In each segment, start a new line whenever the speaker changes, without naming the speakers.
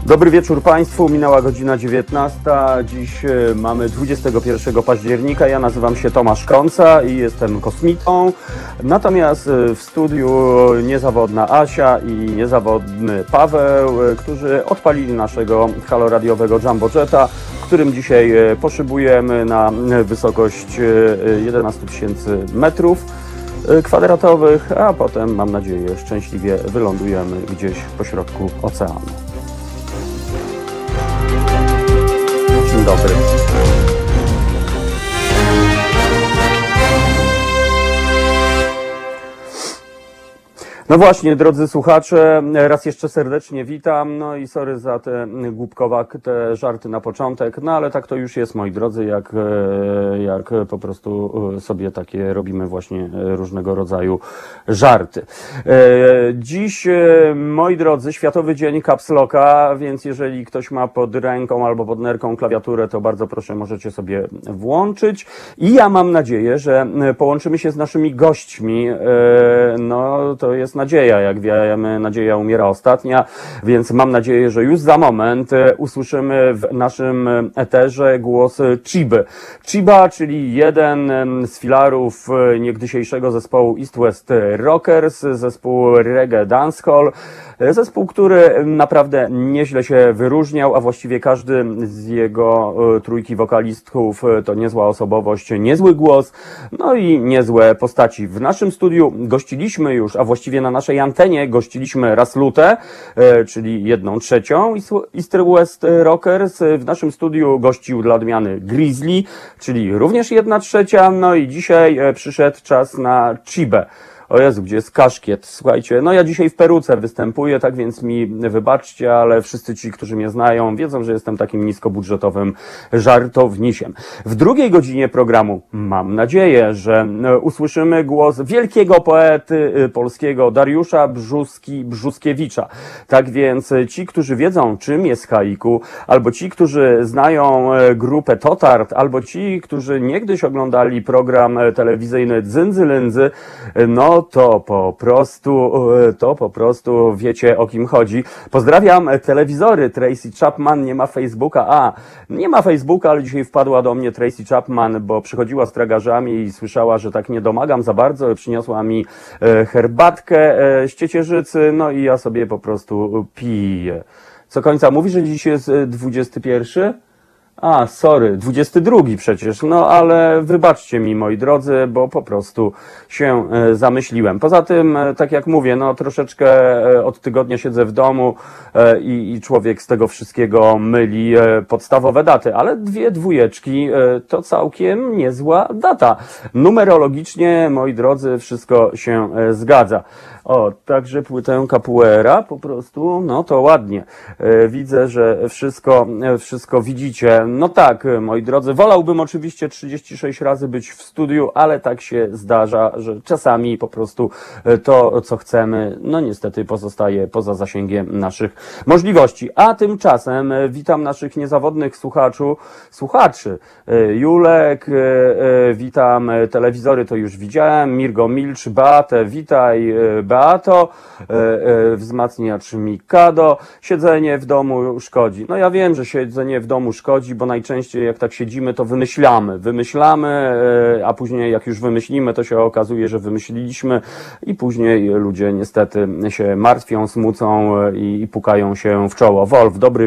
Dobry wieczór Państwu, minęła godzina 19, dziś mamy 21 października, ja nazywam się Tomasz Konca i jestem kosmitą, natomiast w studiu niezawodna Asia i niezawodny Paweł, którzy odpalili naszego haloradiowego Jumbo Jetta, którym dzisiaj poszybujemy na wysokość 11 000 metrów kwadratowych, a potem, mam nadzieję, szczęśliwie wylądujemy gdzieś pośrodku oceanu. Dzień dobry. No właśnie, drodzy słuchacze, raz jeszcze serdecznie witam, no i sorry za te głupkowate żarty na początek, no ale tak to już jest, moi drodzy, jak po prostu sobie takie robimy właśnie różnego rodzaju żarty. Dziś, moi drodzy, Światowy Dzień Caps Locka, więc jeżeli ktoś ma pod ręką albo pod nerką klawiaturę, to bardzo proszę, możecie sobie włączyć i ja mam nadzieję, że połączymy się z naszymi gośćmi, no to jest nadzieja, jak wiemy, nadzieja umiera ostatnia, więc mam nadzieję, że już za moment usłyszymy w naszym eterze głos Chiby. Chiba, czyli jeden z filarów niegdysiejszego zespołu East West Rockers, zespół reggae dancehall, zespół, który naprawdę nieźle się wyróżniał, a właściwie każdy z jego trójki wokalistów to niezła osobowość, niezły głos, no i niezłe postaci. W naszym studiu gościliśmy już, a właściwie na naszej antenie gościliśmy Ras Lutę, czyli 1/3 East West Rockers. W naszym studiu gościł dla odmiany Grizzly, czyli również 1/3, no i dzisiaj przyszedł czas na Chibę. O Jezu, gdzie jest kaszkiet? Słuchajcie, no ja dzisiaj w peruce występuję, tak więc mi wybaczcie, ale wszyscy ci, którzy mnie znają, wiedzą, że jestem takim niskobudżetowym żartownisiem. W drugiej godzinie programu mam nadzieję, że usłyszymy głos wielkiego poety polskiego Dariusza Brzuskiewicza. Tak więc ci, którzy wiedzą, czym jest haiku, albo ci, którzy znają grupę Totart, albo ci, którzy niegdyś oglądali program telewizyjny Dzyndzy Lędzy, no to po prostu wiecie, o kim chodzi. Pozdrawiam telewizory. Tracy Chapman nie ma Facebooka. Nie ma Facebooka, ale dzisiaj wpadła do mnie Tracy Chapman, bo przychodziła z tragarzami i słyszała, że tak nie domagam za bardzo. Przyniosła mi herbatkę z ciecierzycy, no i ja sobie po prostu piję. Co końca mówi, że dziś jest 21? Sorry, 22 przecież, no ale wybaczcie mi, moi drodzy, bo po prostu się zamyśliłem. Poza tym, tak jak mówię, no troszeczkę od tygodnia siedzę w domu i człowiek z tego wszystkiego myli podstawowe daty, ale 2 dwójeczki to całkiem niezła data. Numerologicznie, moi drodzy, wszystko się zgadza. Także płytę Capoeira po prostu, no to ładnie. Widzę, że wszystko widzicie. No tak, moi drodzy, wolałbym oczywiście 36 razy być w studiu, ale tak się zdarza, że czasami po prostu to, co chcemy, no niestety pozostaje poza zasięgiem naszych możliwości. A tymczasem witam naszych niezawodnych słuchaczy. Julek, witam telewizory, to już widziałem, Mirgo Milcz, Beatę, witaj, Beato, wzmacniacz Mikado, siedzenie w domu szkodzi. No ja wiem, że siedzenie w domu szkodzi, bo najczęściej jak tak siedzimy, to wymyślamy, a później jak już wymyślimy, to się okazuje, że wymyśliliśmy i później ludzie niestety się martwią, smucą i pukają się w czoło. Wolf, dobry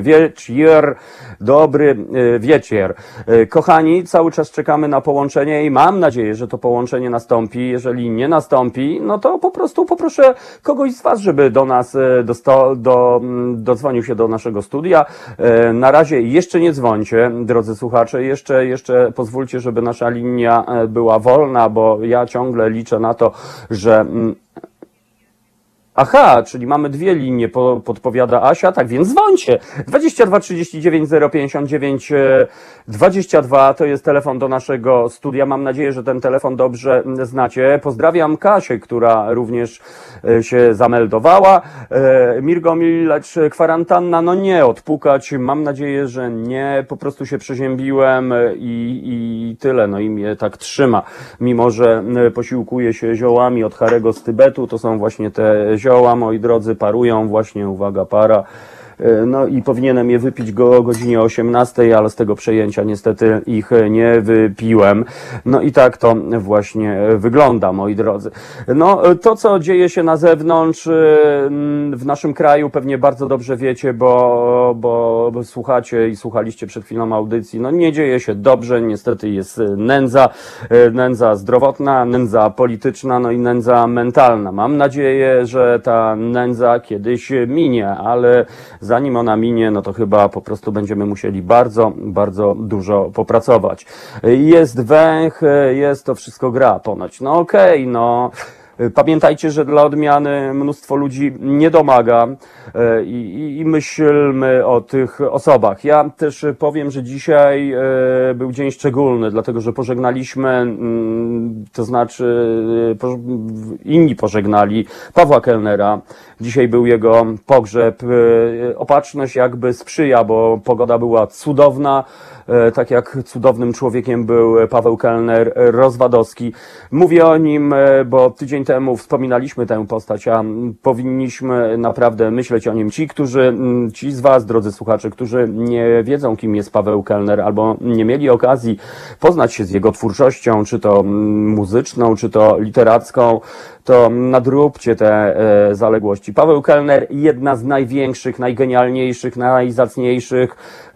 wieczór. Kochani, cały czas czekamy na połączenie i mam nadzieję, że to połączenie nastąpi. Jeżeli nie nastąpi, no to po prostu poproszę kogoś z was, żeby do nas dodzwonił się do naszego studia. Na razie jeszcze nie dzwońcie, drodzy słuchacze, jeszcze pozwólcie, żeby nasza linia była wolna, bo ja ciągle liczę na to, że czyli mamy 2 linie, podpowiada Asia, tak więc dzwońcie. 22 39 059 22 to jest telefon do naszego studia. Mam nadzieję, że ten telefon dobrze znacie. Pozdrawiam Kasię, która również się zameldowała. Mirgo Millecz, kwarantanna, no nie odpukać. Mam nadzieję, że nie. Po prostu się przeziębiłem i tyle. No i mnie tak trzyma. Mimo że posiłkuję się ziołami od Harego z Tybetu, to są właśnie te zioła, moi drodzy, parują właśnie, uwaga, para. no i powinienem je wypić o godzinie 18, ale z tego przejęcia niestety ich nie wypiłem. No i tak to właśnie wygląda, moi drodzy. No to, co dzieje się na zewnątrz w naszym kraju, pewnie bardzo dobrze wiecie, bo słuchacie i słuchaliście przed chwilą audycji. No nie dzieje się dobrze, niestety jest nędza zdrowotna, nędza polityczna, no i nędza mentalna. Mam nadzieję, że ta nędza kiedyś minie, ale zanim ona minie, no to chyba po prostu będziemy musieli bardzo, bardzo dużo popracować. Jest węch, jest to wszystko gra ponoć. No okej, no. Pamiętajcie, że dla odmiany mnóstwo ludzi nie domaga i myślmy o tych osobach. Ja też powiem, że dzisiaj był dzień szczególny, dlatego że pożegnaliśmy, to znaczy inni pożegnali Pawła Kellnera. Dzisiaj był jego pogrzeb. Opatrzność jakby sprzyja, bo pogoda była cudowna. Tak jak cudownym człowiekiem był Paweł Kellner Rozwadowski. Mówię o nim, bo tydzień temu wspominaliśmy tę postać, a powinniśmy naprawdę myśleć o nim. Ci z was, drodzy słuchacze, którzy nie wiedzą, kim jest Paweł Kellner, albo nie mieli okazji poznać się z jego twórczością, czy to muzyczną, czy to literacką, to nadróbcie te zaległości. Paweł Kellner, jedna z największych, najgenialniejszych, najzacniejszych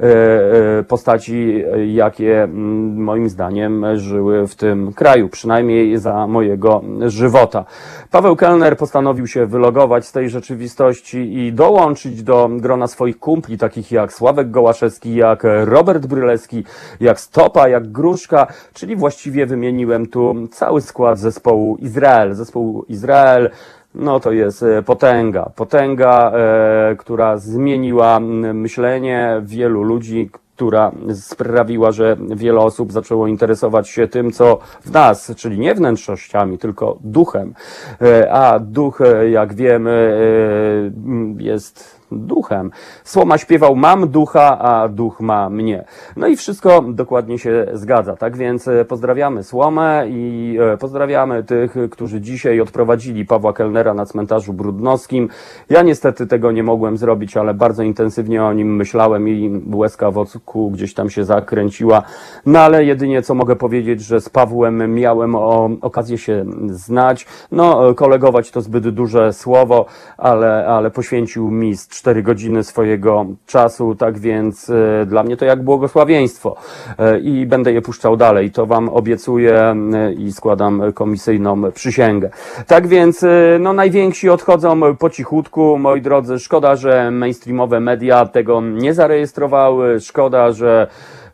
postaci, jakie moim zdaniem żyły w tym kraju, przynajmniej za mojego żywota. Paweł Kellner postanowił się wylogować z tej rzeczywistości i dołączyć do grona swoich kumpli, takich jak Sławek Gołaszewski, jak Robert Brylewski, jak Stopa, jak Gruszka, czyli właściwie wymieniłem tu cały skład zespołu Izrael. Zespół Izrael, no to jest potęga, która zmieniła myślenie wielu ludzi, która sprawiła, że wiele osób zaczęło interesować się tym, co w nas, czyli nie wnętrznościami, tylko duchem. A duch, jak wiemy, jest duchem. Słoma śpiewał: mam ducha, a duch ma mnie. No i wszystko dokładnie się zgadza. Tak więc pozdrawiamy Słomę i pozdrawiamy tych, którzy dzisiaj odprowadzili Pawła Kellnera na cmentarzu Brudnowskim. Ja niestety tego nie mogłem zrobić, ale bardzo intensywnie o nim myślałem i łezka w oku gdzieś tam się zakręciła. No ale jedynie co mogę powiedzieć, że z Pawłem miałem okazję się znać. No kolegować to zbyt duże słowo, ale poświęcił mi 4 godziny swojego czasu, tak więc dla mnie to jak błogosławieństwo i będę je puszczał dalej, to wam obiecuję i składam komisyjną przysięgę. Tak więc no najwięksi odchodzą po cichutku, moi drodzy, szkoda, że mainstreamowe media tego nie zarejestrowały, szkoda, że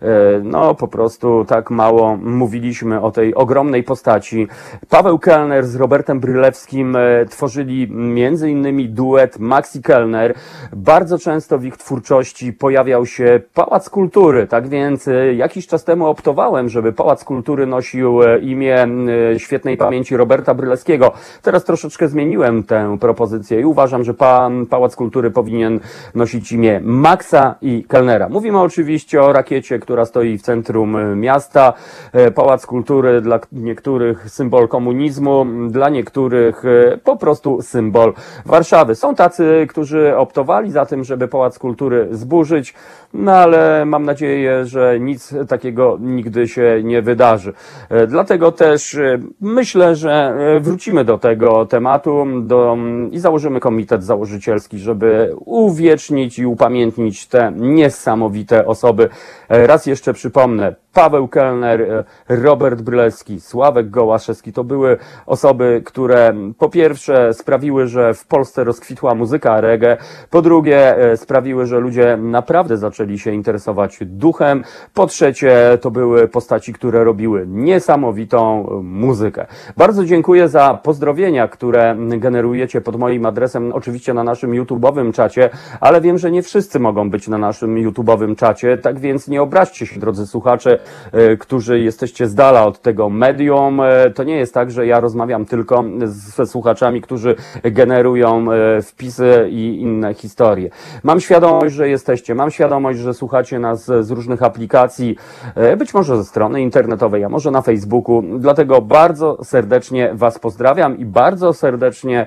no po prostu tak mało mówiliśmy o tej ogromnej postaci. Paweł Kellner z Robertem Brylewskim tworzyli między innymi duet Maxi Kellner. Bardzo często w ich twórczości pojawiał się Pałac Kultury, tak więc jakiś czas temu optowałem, żeby Pałac Kultury nosił imię świetnej pamięci Roberta Brylewskiego. Teraz troszeczkę zmieniłem tę propozycję i uważam, że Pałac Kultury powinien nosić imię Maxa i Kellnera. Mówimy oczywiście o rakiecie, która stoi w centrum miasta. Pałac Kultury dla niektórych symbol komunizmu, dla niektórych po prostu symbol Warszawy. Są tacy, którzy optowali za tym, żeby Pałac Kultury zburzyć, no ale mam nadzieję, że nic takiego nigdy się nie wydarzy. Dlatego też myślę, że wrócimy do tego tematu i założymy komitet założycielski, żeby uwiecznić i upamiętnić te niesamowite osoby. Raz jeszcze przypomnę, Paweł Kellner, Robert Brylewski, Sławek Gołaszewski to były osoby, które po pierwsze sprawiły, że w Polsce rozkwitła muzyka reggae, po drugie sprawiły, że ludzie naprawdę zaczęli się interesować duchem, po trzecie to były postaci, które robiły niesamowitą muzykę. Bardzo dziękuję za pozdrowienia, które generujecie pod moim adresem, oczywiście na naszym YouTube'owym czacie, ale wiem, że nie wszyscy mogą być na naszym YouTube'owym czacie, tak więc nie obraźcie się, drodzy słuchacze, którzy jesteście z dala od tego medium. To nie jest tak, że ja rozmawiam tylko ze słuchaczami, którzy generują wpisy i inne historie. Mam świadomość, że jesteście, mam świadomość, że słuchacie nas z różnych aplikacji, być może ze strony internetowej, a może na Facebooku. Dlatego bardzo serdecznie Was pozdrawiam i bardzo serdecznie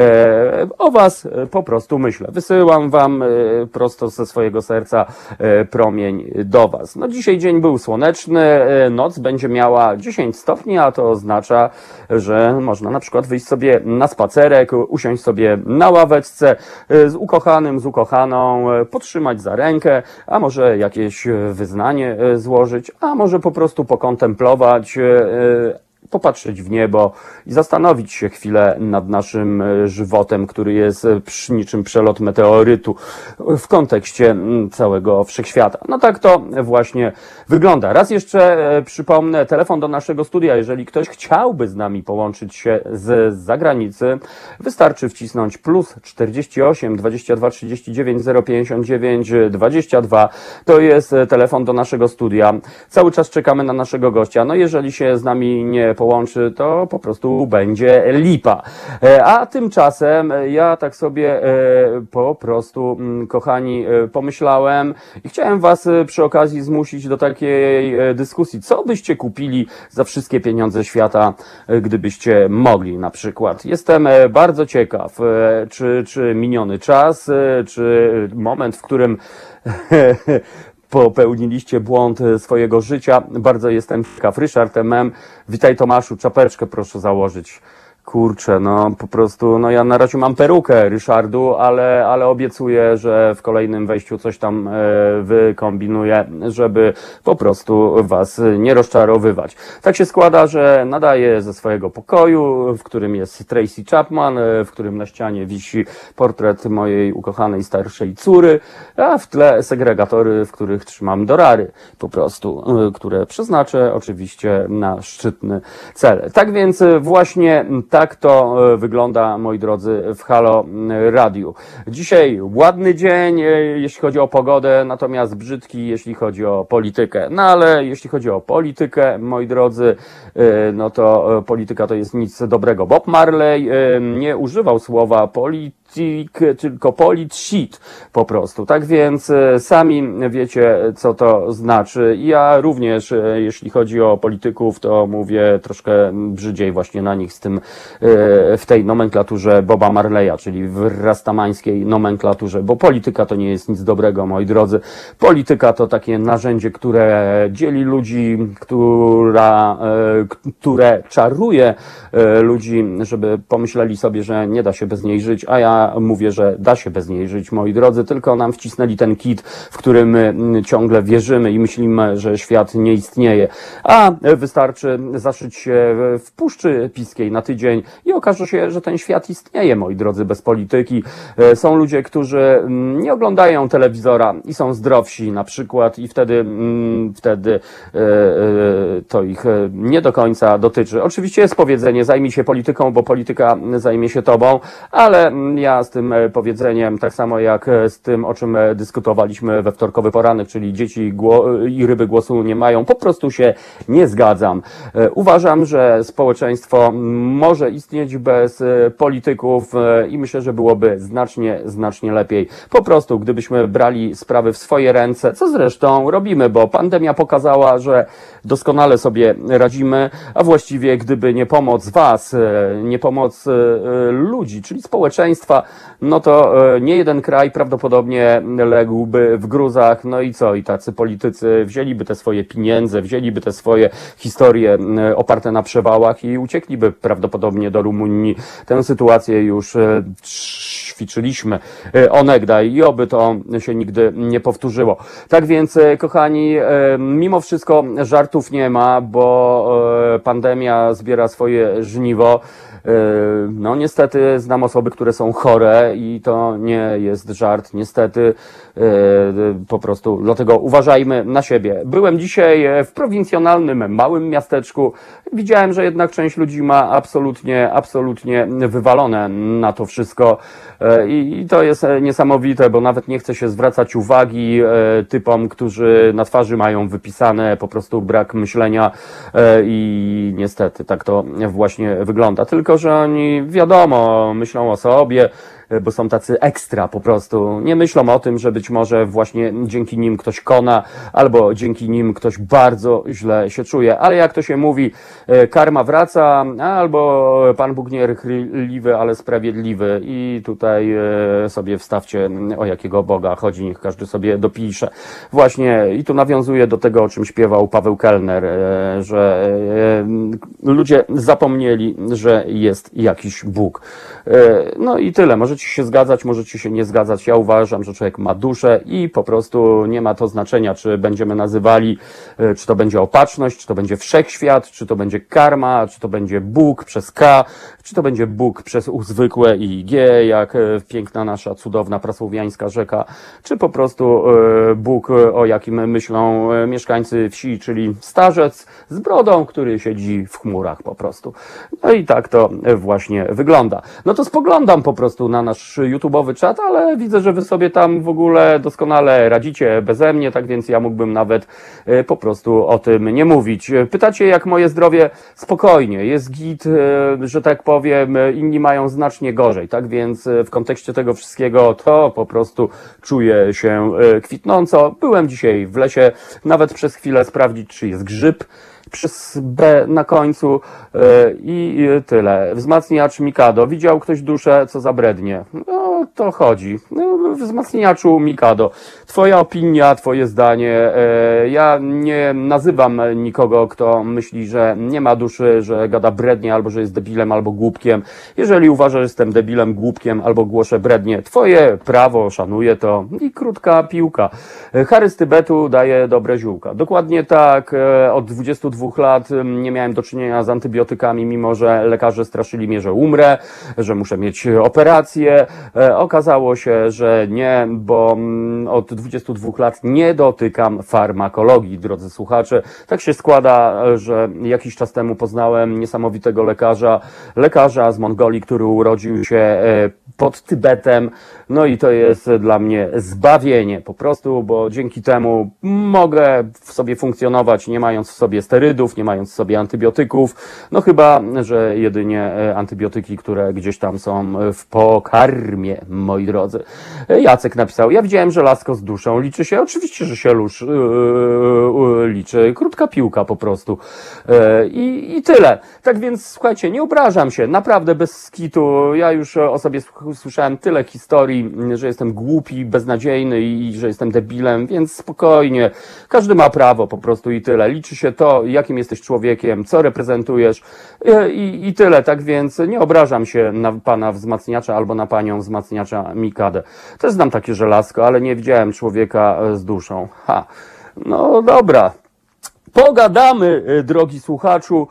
o Was po prostu myślę. Wysyłam Wam prosto ze swojego serca promień do Was. No dzisiaj dzień był słoneczny, noc będzie miała 10 stopni, a to oznacza, że można na przykład wyjść sobie na spacerek, usiąść sobie na ławeczce z ukochanym, z ukochaną, podtrzymać za rękę, a może jakieś wyznanie złożyć, a może po prostu pokontemplować, popatrzeć w niebo i zastanowić się chwilę nad naszym żywotem, który jest niczym przelot meteorytu w kontekście całego wszechświata. No tak to właśnie wygląda. Raz jeszcze przypomnę, telefon do naszego studia, jeżeli ktoś chciałby z nami połączyć się z zagranicy, wystarczy wcisnąć +48 22 39 059 22. To jest telefon do naszego studia. Cały czas czekamy na naszego gościa. No jeżeli się z nami nie połączy, to po prostu będzie lipa. A tymczasem ja tak sobie po prostu, kochani, pomyślałem i chciałem Was przy okazji zmusić do takiej dyskusji. Co byście kupili za wszystkie pieniądze świata, gdybyście mogli na przykład? Jestem bardzo ciekaw, czy miniony czas, czy moment, w którym popełniliście błąd swojego życia. Bardzo jestem ciekaw. Ryszard MM, witaj Tomaszu, czapeczkę proszę założyć. Kurczę, no po prostu, no ja na razie mam perukę Ryszardu, ale obiecuję, że w kolejnym wejściu coś tam wykombinuję, żeby po prostu Was nie rozczarowywać. Tak się składa, że nadaję ze swojego pokoju, w którym jest Tracy Chapman, w którym na ścianie wisi portret mojej ukochanej starszej córy, a w tle segregatory, w których trzymam dorary, po prostu, które przeznaczę oczywiście na szczytny cel. Tak więc właśnie tak to wygląda, moi drodzy, w Halo Radiu. Dzisiaj ładny dzień, jeśli chodzi o pogodę, natomiast brzydki, jeśli chodzi o politykę. No ale jeśli chodzi o politykę, moi drodzy, no to polityka to jest nic dobrego. Bob Marley nie używał słowa tylko shit po prostu. Tak więc sami wiecie, co to znaczy. Ja również, jeśli chodzi o polityków, to mówię troszkę brzydziej właśnie na nich z tym, w tej nomenklaturze Boba Marleya, czyli w rastamańskiej nomenklaturze, bo polityka to nie jest nic dobrego, moi drodzy. Polityka to takie narzędzie, które dzieli ludzi, które czaruje ludzi, żeby pomyśleli sobie, że nie da się bez niej żyć, a ja mówię, że da się bez niej żyć, moi drodzy, tylko nam wcisnęli ten kit, w którym my ciągle wierzymy i myślimy, że świat nie istnieje. A wystarczy zaszyć się w Puszczy Piskiej na tydzień i okaże się, że ten świat istnieje, moi drodzy, bez polityki. Są ludzie, którzy nie oglądają telewizora i są zdrowsi na przykład i wtedy to ich nie do końca dotyczy. Oczywiście jest powiedzenie, zajmij się polityką, bo polityka zajmie się tobą, ale ja z tym powiedzeniem, tak samo jak z tym, o czym dyskutowaliśmy we wtorkowy poranek, czyli dzieci i ryby głosu nie mają, po prostu się nie zgadzam. Uważam, że społeczeństwo może istnieć bez polityków i myślę, że byłoby znacznie lepiej. Po prostu, gdybyśmy brali sprawy w swoje ręce, co zresztą robimy, bo pandemia pokazała, że doskonale sobie radzimy, a właściwie gdyby nie pomoc Was, nie pomoc ludzi, czyli społeczeństwa, no to nie jeden kraj prawdopodobnie ległby w gruzach, no i co? I tacy politycy wzięliby te swoje pieniądze, wzięliby te swoje historie oparte na przewałach i uciekliby prawdopodobnie do Rumunii. Tę sytuację już ćwiczyliśmy onegdaj i oby to się nigdy nie powtórzyło. Tak więc, kochani, mimo wszystko żartów nie ma, bo pandemia zbiera swoje żniwo. No niestety znam osoby, które są chore chore i to nie jest żart, niestety, po prostu dlatego uważajmy na siebie. Byłem dzisiaj w prowincjonalnym, małym miasteczku, widziałem, że jednak część ludzi ma absolutnie wywalone na to wszystko i to jest niesamowite, bo nawet nie chce się zwracać uwagi typom, którzy na twarzy mają wypisane po prostu brak myślenia i niestety tak to właśnie wygląda. Tylko że oni, wiadomo, myślą o sobie, bo są tacy ekstra po prostu. Nie myślą o tym, że być może właśnie dzięki nim ktoś kona, albo dzięki nim ktoś bardzo źle się czuje. Ale jak to się mówi, karma wraca, albo Pan Bóg niechliwy, ale sprawiedliwy. I tutaj sobie wstawcie, o jakiego Boga chodzi, niech każdy sobie dopisze. Właśnie, i tu nawiązuje do tego, o czym śpiewał Paweł Kellner, że ludzie zapomnieli, że jest jakiś Bóg. No i tyle. Możecie się zgadzać, możecie się nie zgadzać. Ja uważam, że człowiek ma duszę i po prostu nie ma to znaczenia, czy będziemy nazywali, czy to będzie opatrzność, czy to będzie wszechświat, czy to będzie karma, czy to będzie Bóg przez K, czy to będzie Bóg przez U zwykłe i G, jak piękna nasza cudowna prasłowiańska rzeka, czy po prostu Bóg, o jakim myślą mieszkańcy wsi, czyli starzec z brodą, który siedzi w chmurach po prostu. No i tak to właśnie wygląda. No to spoglądam po prostu na nasz YouTube'owy czat, ale widzę, że wy sobie tam w ogóle doskonale radzicie beze mnie, tak więc ja mógłbym nawet po prostu o tym nie mówić. Pytacie, jak moje zdrowie? Spokojnie, jest git, że tak powiem, inni mają znacznie gorzej, tak więc w kontekście tego wszystkiego to po prostu czuję się kwitnąco. Byłem dzisiaj w lesie, nawet przez chwilę sprawdzić, czy jest grzyb, przez B na końcu i tyle. Wzmacniacz Mikado. Widział ktoś duszę, co za brednie? No, to chodzi. No, wzmacniaczu Mikado. Twoja opinia, twoje zdanie. Ja nie nazywam nikogo, kto myśli, że nie ma duszy, że gada brednie, albo że jest debilem, albo głupkiem. Jeżeli uważasz, że jestem debilem, głupkiem, albo głoszę brednie, twoje prawo, szanuję to. I krótka piłka. Harry z Tybetu daje dobre ziółka. Dokładnie tak. Od 22 lat nie miałem do czynienia z antybiotykami, mimo że lekarze straszyli mnie, że umrę, że muszę mieć operację. Okazało się, że nie, bo od 22 lat nie dotykam farmakologii, drodzy słuchacze. Tak się składa, że jakiś czas temu poznałem niesamowitego lekarza z Mongolii, który urodził się pod Tybetem. No i to jest dla mnie zbawienie po prostu, bo dzięki temu mogę w sobie funkcjonować, nie mając w sobie sterydów, nie mając w sobie antybiotyków. No chyba, że jedynie antybiotyki, które gdzieś tam są w pokarmie, moi drodzy. Jacek napisał, ja widziałem, że lasko z duszą liczy się. Oczywiście, że się liczy. Krótka piłka po prostu. I tyle. Tak więc słuchajcie, nie obrażam się. Naprawdę bez skitu. Ja już o sobie słyszałem tyle historii, że jestem głupi, beznadziejny i że jestem debilem, więc spokojnie. Każdy ma prawo po prostu i tyle. Liczy się to, jakim jesteś człowiekiem, co reprezentujesz i tyle. Tak więc nie obrażam się na pana wzmacniacza albo na panią wzmacniacza Mikadę. Też znam takie żelazko, ale nie widziałem człowieka z duszą. No dobra. Pogadamy, drogi słuchaczu,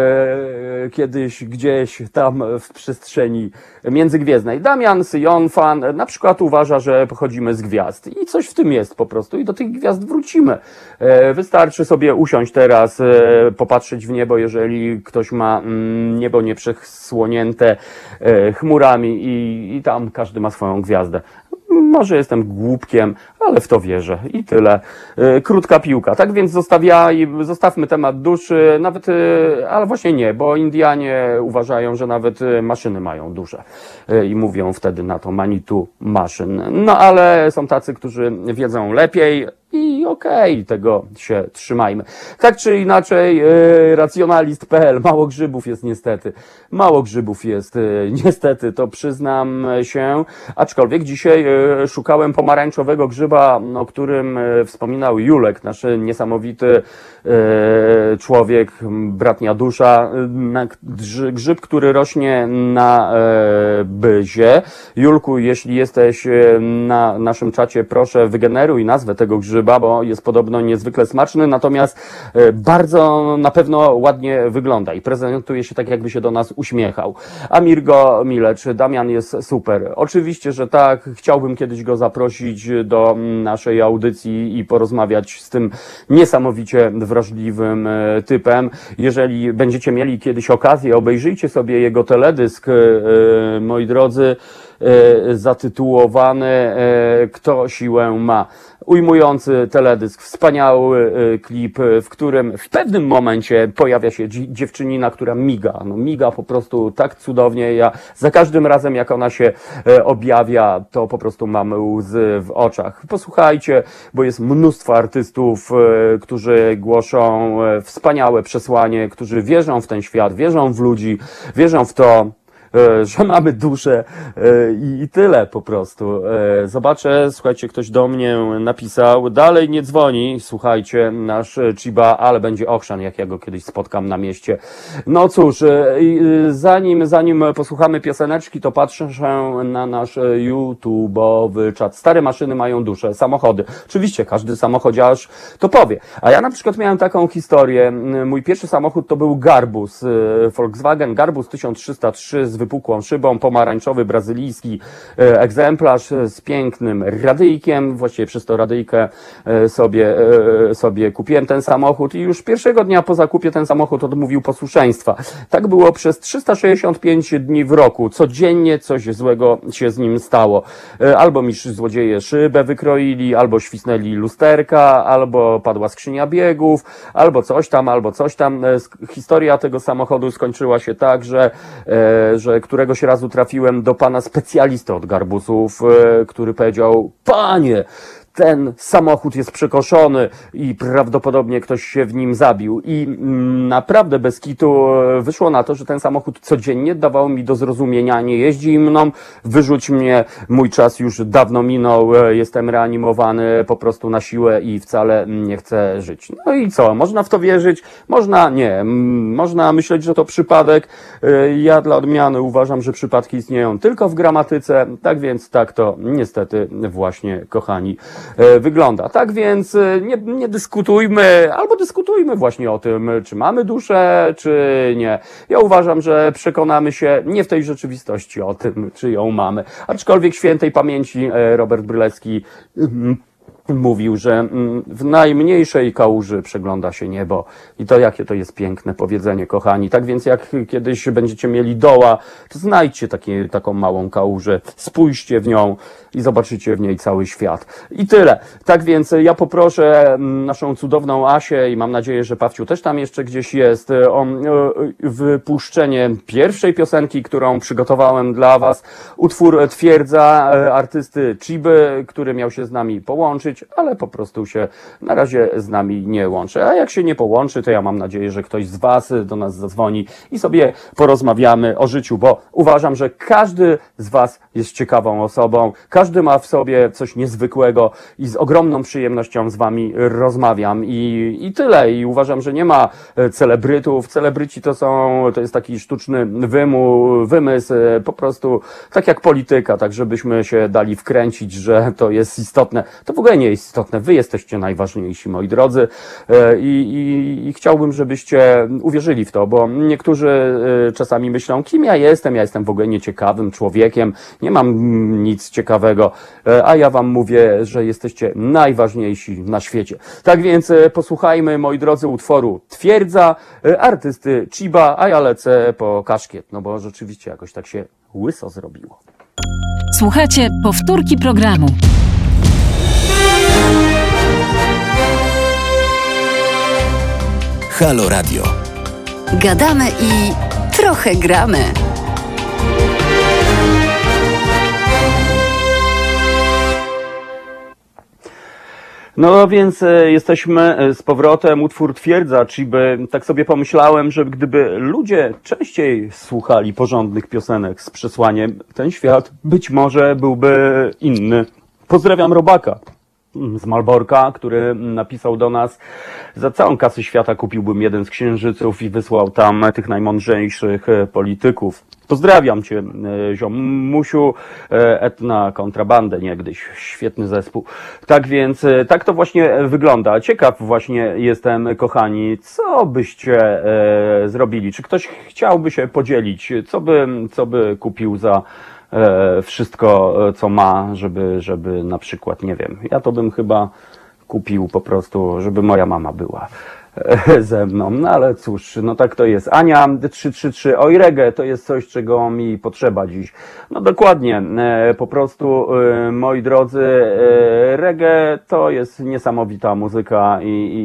kiedyś gdzieś tam w przestrzeni międzygwiezdnej. Damian Syjon, fan, na przykład uważa, że pochodzimy z gwiazd i coś w tym jest po prostu i do tych gwiazd wrócimy. Wystarczy sobie usiąść teraz, popatrzeć w niebo, jeżeli ktoś ma niebo nieprzesłonięte chmurami i tam każdy ma swoją gwiazdę. Może jestem głupkiem, ale w to wierzę i tyle. Krótka piłka. Tak więc zostawmy temat duszy, nawet, ale właśnie nie, bo Indianie uważają, że nawet maszyny mają duszę i mówią wtedy na to manitu maszyn. No ale są tacy, którzy wiedzą lepiej i okej, tego się trzymajmy. Tak czy inaczej, racjonalist.pl, mało grzybów jest niestety. Mało grzybów jest niestety, to przyznam się. Aczkolwiek dzisiaj szukałem pomarańczowego grzyba, o którym wspominał Julek, nasz niesamowity człowiek, bratnia dusza. Grzyb, który rośnie na Byzie. Julku, jeśli jesteś na naszym czacie, proszę wygeneruj nazwę tego grzyba, grzyba, bo jest podobno niezwykle smaczny, natomiast bardzo na pewno ładnie wygląda i prezentuje się tak, jakby się do nas uśmiechał. A Mirgo Milecz, Damian jest super. Oczywiście, że tak, chciałbym kiedyś go zaprosić do naszej audycji i porozmawiać z tym niesamowicie wrażliwym typem. Jeżeli będziecie mieli kiedyś okazję, obejrzyjcie sobie jego teledysk, moi drodzy, zatytułowany Kto siłę ma. Ujmujący teledysk, wspaniały klip, w którym w pewnym momencie pojawia się dziewczynina, która miga. No, miga po prostu tak cudownie. Ja za każdym razem, jak ona się objawia, to po prostu mam łzy w oczach. Posłuchajcie, bo jest mnóstwo artystów, którzy głoszą wspaniałe przesłanie, którzy wierzą w ten świat, wierzą w ludzi, wierzą w to, że mamy duszę i tyle po prostu. Zobaczę, słuchajcie, ktoś do mnie napisał, dalej nie dzwoni, słuchajcie, nasz Chiba, ale będzie ochrzan, jak ja go kiedyś spotkam na mieście. No cóż, zanim posłuchamy pioseneczki, to patrzę na nasz YouTube'owy czat. Stare maszyny mają duszę, samochody. Oczywiście, każdy samochodziarz to powie. A ja na przykład miałem taką historię. Mój pierwszy samochód to był Garbus, Volkswagen Garbus 1303 z wypukłą szybą, pomarańczowy, brazylijski egzemplarz z pięknym radyjkiem. Właściwie przez to radyjkę sobie kupiłem ten samochód i już pierwszego dnia po zakupie ten samochód odmówił posłuszeństwa. Tak było przez 365 dni w roku. Codziennie coś złego się z nim stało. Albo mi złodzieje szybę wykroili, albo świsnęli lusterka, albo padła skrzynia biegów, albo coś tam, albo coś tam. Historia tego samochodu skończyła się tak, że któregoś razu trafiłem do pana specjalisty od garbusów, który powiedział: panie, ten samochód jest przekoszony i prawdopodobnie ktoś się w nim zabił. I naprawdę bez kitu wyszło na to, że ten samochód codziennie dawał mi do zrozumienia: nie jeździ mną, wyrzuć mnie, mój czas już dawno minął, jestem reanimowany po prostu na siłę i wcale nie chcę żyć. No i co? Można w to wierzyć? Można nie. Można myśleć, że to przypadek. Ja dla odmiany uważam, że przypadki istnieją tylko w gramatyce. Tak więc tak to niestety właśnie, kochani, wygląda. Tak więc nie dyskutujmy, albo dyskutujmy właśnie o tym, czy mamy duszę, czy nie. Ja uważam, że przekonamy się nie w tej rzeczywistości o tym, czy ją mamy. Aczkolwiek świętej pamięci Robert Brylewski mówił, że w najmniejszej kałuży przegląda się niebo. I to jakie to jest piękne powiedzenie, kochani. Tak więc jak kiedyś będziecie mieli doła, to znajdźcie taką małą kałużę, spójrzcie w nią i zobaczycie w niej cały świat. I tyle. Tak więc ja poproszę naszą cudowną Asię i mam nadzieję, że Pawciu też tam jeszcze gdzieś jest, o wypuszczenie pierwszej piosenki, którą przygotowałem dla was. Utwór Twierdza artysty Chiby, który miał się z nami połączyć, ale po prostu się na razie z nami nie łączy. A jak się nie połączy, to ja mam nadzieję, że ktoś z was do nas zadzwoni i sobie porozmawiamy o życiu, bo uważam, że każdy z was jest ciekawą osobą, każdy ma w sobie coś niezwykłego i z ogromną przyjemnością z wami rozmawiam i tyle. I uważam, że nie ma celebrytów. Celebryci to jest taki sztuczny wymysł, po prostu tak jak polityka, tak żebyśmy się dali wkręcić, że to jest istotne. To w ogóle nie jest istotne. Wy jesteście najważniejsi, moi drodzy, i chciałbym, żebyście uwierzyli w to, bo niektórzy czasami myślą, kim ja jestem w ogóle nieciekawym człowiekiem, nie mam nic ciekawego, a ja wam mówię, że jesteście najważniejsi na świecie. Tak więc posłuchajmy, moi drodzy, utworu Twierdza artysty Chiba, a ja lecę po kaszkiet, no bo rzeczywiście jakoś tak się łyso zrobiło.
Słuchajcie powtórki programu.
Halo Radio.
Gadamy i trochę gramy.
No więc jesteśmy z powrotem, utwór Twierdza Chiby. Tak sobie pomyślałem, że gdyby ludzie częściej słuchali porządnych piosenek z przesłaniem, ten świat być może byłby inny. Pozdrawiam Robaka. z Malborka, który napisał do nas: za całą kasę świata kupiłbym jeden z księżyców i wysłał tam tych najmądrzejszych polityków. Pozdrawiam cię, ziomusiu, Etna Kontrabandę niegdyś, świetny zespół. Tak więc, tak to właśnie wygląda. Ciekaw właśnie jestem, kochani, co byście zrobili? Czy ktoś chciałby się podzielić? Co by kupił za wszystko, co ma, żeby na przykład, nie wiem, ja to bym chyba kupił po prostu, żeby moja mama była ze mną, no ale cóż, no tak to jest. Ania 333, oj reggae, to jest coś, czego mi potrzeba dziś. No dokładnie, po prostu, moi drodzy, reggae to jest niesamowita muzyka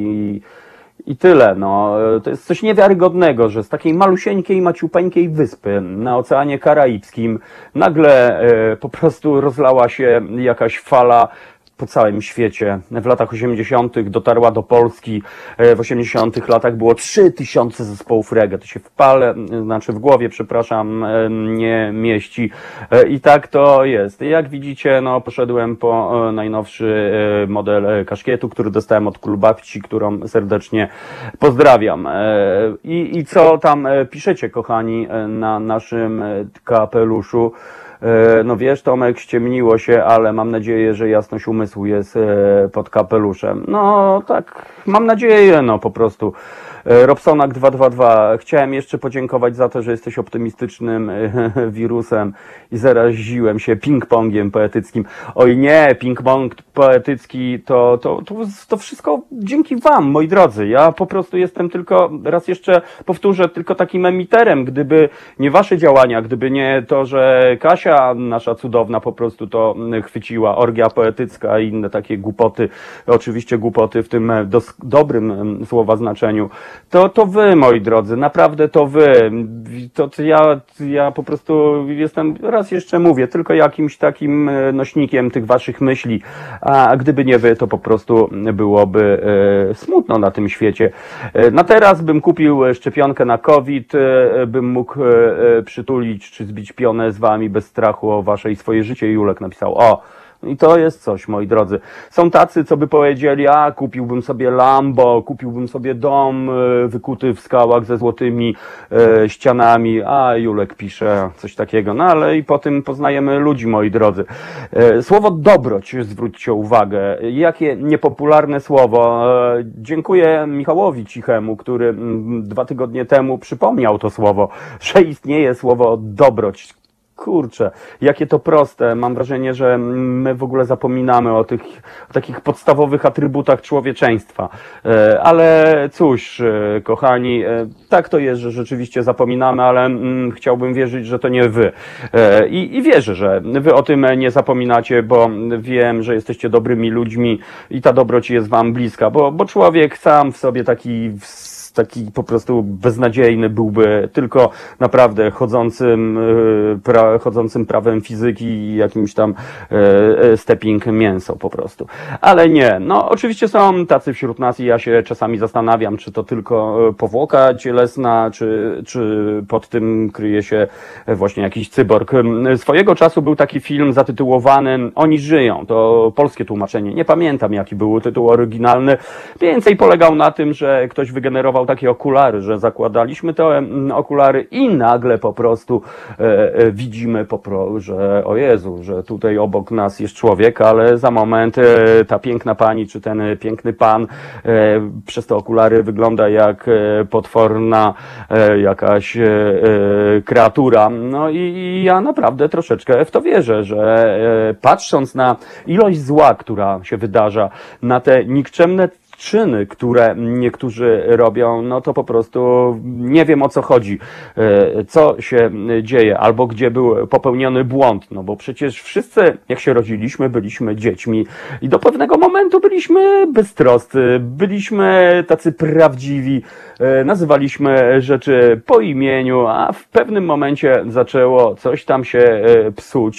i tyle, no. To jest coś niewiarygodnego, że z takiej malusieńkiej, maciupeńkiej wyspy na Oceanie Karaibskim nagle po prostu rozlała się jakaś fala po całym świecie. W latach 80. dotarła do Polski. W 80. latach było 3000 zespołów reggae. To się w głowie, przepraszam, nie mieści. I tak to jest. Jak widzicie, no, poszedłem po najnowszy model kaszkietu, który dostałem od Kulbabci, którą serdecznie pozdrawiam. I co tam piszecie, kochani, na naszym kapeluszu? No wiesz, Tomek, ściemniło się, ale mam nadzieję, że jasność umysłu jest pod kapeluszem. No tak, mam nadzieję, no po prostu. Robsonak 222. Chciałem jeszcze podziękować za to, że jesteś optymistycznym wirusem i zaraziłem się ping-pongiem poetyckim. Oj nie, ping-pong poetycki to wszystko dzięki wam, moi drodzy. Ja po prostu jestem tylko, raz jeszcze powtórzę, tylko takim emiterem. Gdyby nie wasze działania, gdyby nie to, że Kasia, nasza cudowna, po prostu to chwyciła, orgia poetycka i inne takie głupoty, oczywiście głupoty w tym dobrym słowa znaczeniu, to wy, moi drodzy, naprawdę to wy. Ja po prostu jestem, raz jeszcze mówię, tylko jakimś takim nośnikiem tych waszych myśli, a gdyby nie wy, to po prostu byłoby smutno na tym świecie. Na teraz bym kupił szczepionkę na COVID, bym mógł przytulić czy zbić pionę z wami bez strachu o wasze i swoje życie. Julek napisał, i to jest coś, moi drodzy. Są tacy, co by powiedzieli, kupiłbym sobie Lambo, kupiłbym sobie dom wykuty w skałach ze złotymi ścianami, Julek pisze coś takiego. No ale i po tym poznajemy ludzi, moi drodzy. Słowo dobroć, zwróćcie uwagę. Jakie niepopularne słowo. Dziękuję Michałowi Cichemu, który 2 tygodnie temu przypomniał to słowo, że istnieje słowo dobroć. Kurczę, jakie to proste. Mam wrażenie, że my w ogóle zapominamy o takich podstawowych atrybutach człowieczeństwa. Ale cóż, kochani, tak to jest, że rzeczywiście zapominamy, ale chciałbym wierzyć, że to nie wy. I wierzę, że wy o tym nie zapominacie, bo wiem, że jesteście dobrymi ludźmi i ta dobroć jest wam bliska, bo człowiek sam w sobie taki po prostu beznadziejny byłby tylko naprawdę chodzącym prawem fizyki i jakimś tam stepping mięso po prostu. Ale nie, no oczywiście są tacy wśród nas i ja się czasami zastanawiam, czy to tylko powłoka cielesna, czy pod tym kryje się właśnie jakiś cyborg. Swojego czasu był taki film zatytułowany Oni żyją, to polskie tłumaczenie, nie pamiętam jaki był tytuł oryginalny, więcej polegał na tym, że ktoś wygenerował takie okulary, że zakładaliśmy te okulary i nagle po prostu widzimy, że o Jezu, że tutaj obok nas jest człowiek, ale za moment ta piękna pani, czy ten piękny pan przez te okulary wygląda jak potworna jakaś kreatura. No i ja naprawdę troszeczkę w to wierzę, że patrząc na ilość zła, która się wydarza, na te nikczemne czyny, które niektórzy robią, no to po prostu nie wiem, o co chodzi, co się dzieje, albo gdzie był popełniony błąd, no bo przecież wszyscy, jak się rodziliśmy, byliśmy dziećmi i do pewnego momentu byliśmy beztroscy, byliśmy tacy prawdziwi, nazywaliśmy rzeczy po imieniu, a w pewnym momencie zaczęło coś tam się psuć.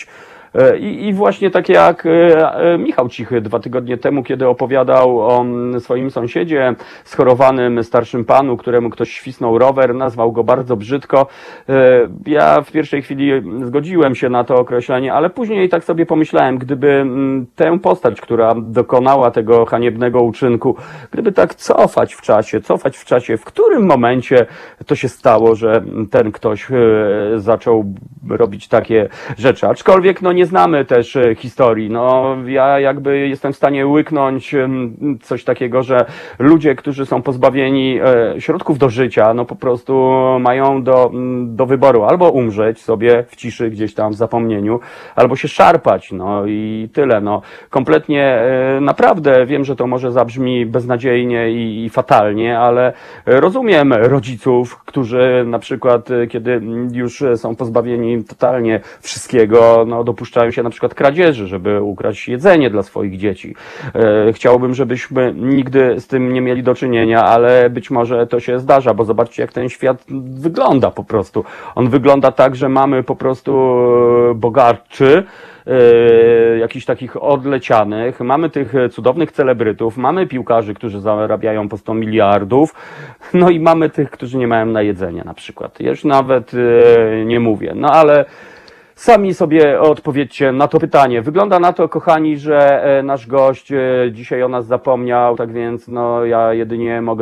I właśnie tak jak Michał Cichy 2 tygodnie temu, kiedy opowiadał o swoim sąsiedzie, schorowanym starszym panu, któremu ktoś świsnął rower, nazwał go bardzo brzydko. Ja w pierwszej chwili zgodziłem się na to określenie, ale później tak sobie pomyślałem, gdyby tę postać, która dokonała tego haniebnego uczynku, gdyby tak cofać w czasie, w którym momencie to się stało, że ten ktoś zaczął robić takie rzeczy. Aczkolwiek no nie znamy też historii. No ja jakby jestem w stanie łyknąć coś takiego, że ludzie, którzy są pozbawieni środków do życia, no po prostu mają do wyboru albo umrzeć sobie w ciszy gdzieś tam w zapomnieniu, albo się szarpać, no i tyle, no. Kompletnie, naprawdę wiem, że to może zabrzmi beznadziejnie i fatalnie, ale rozumiem rodziców, którzy na przykład, kiedy już są pozbawieni totalnie wszystkiego, no dopuszczają się na przykład kradzieży, żeby ukraść jedzenie dla swoich dzieci. Chciałbym, żebyśmy nigdy z tym nie mieli do czynienia, ale być może to się zdarza, bo zobaczcie, jak ten świat wygląda po prostu. On wygląda tak, że mamy po prostu bogaczy, jakichś takich odlecianych, mamy tych cudownych celebrytów, mamy piłkarzy, którzy zarabiają po 100 miliardów, no i mamy tych, którzy nie mają na jedzenie na przykład. Ja już nawet nie mówię, no ale sami sobie odpowiedzcie na to pytanie. Wygląda na to, kochani, że nasz gość dzisiaj o nas zapomniał, tak więc no ja jedynie mogę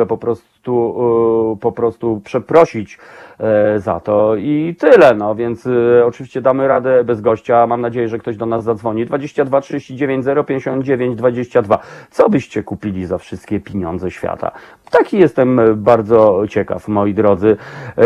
po prostu przeprosić za to i tyle, no więc oczywiście damy radę bez gościa. Mam nadzieję, że ktoś do nas zadzwoni. 22 39 059 22. Co byście kupili za wszystkie pieniądze świata? Taki jestem bardzo ciekaw, moi drodzy.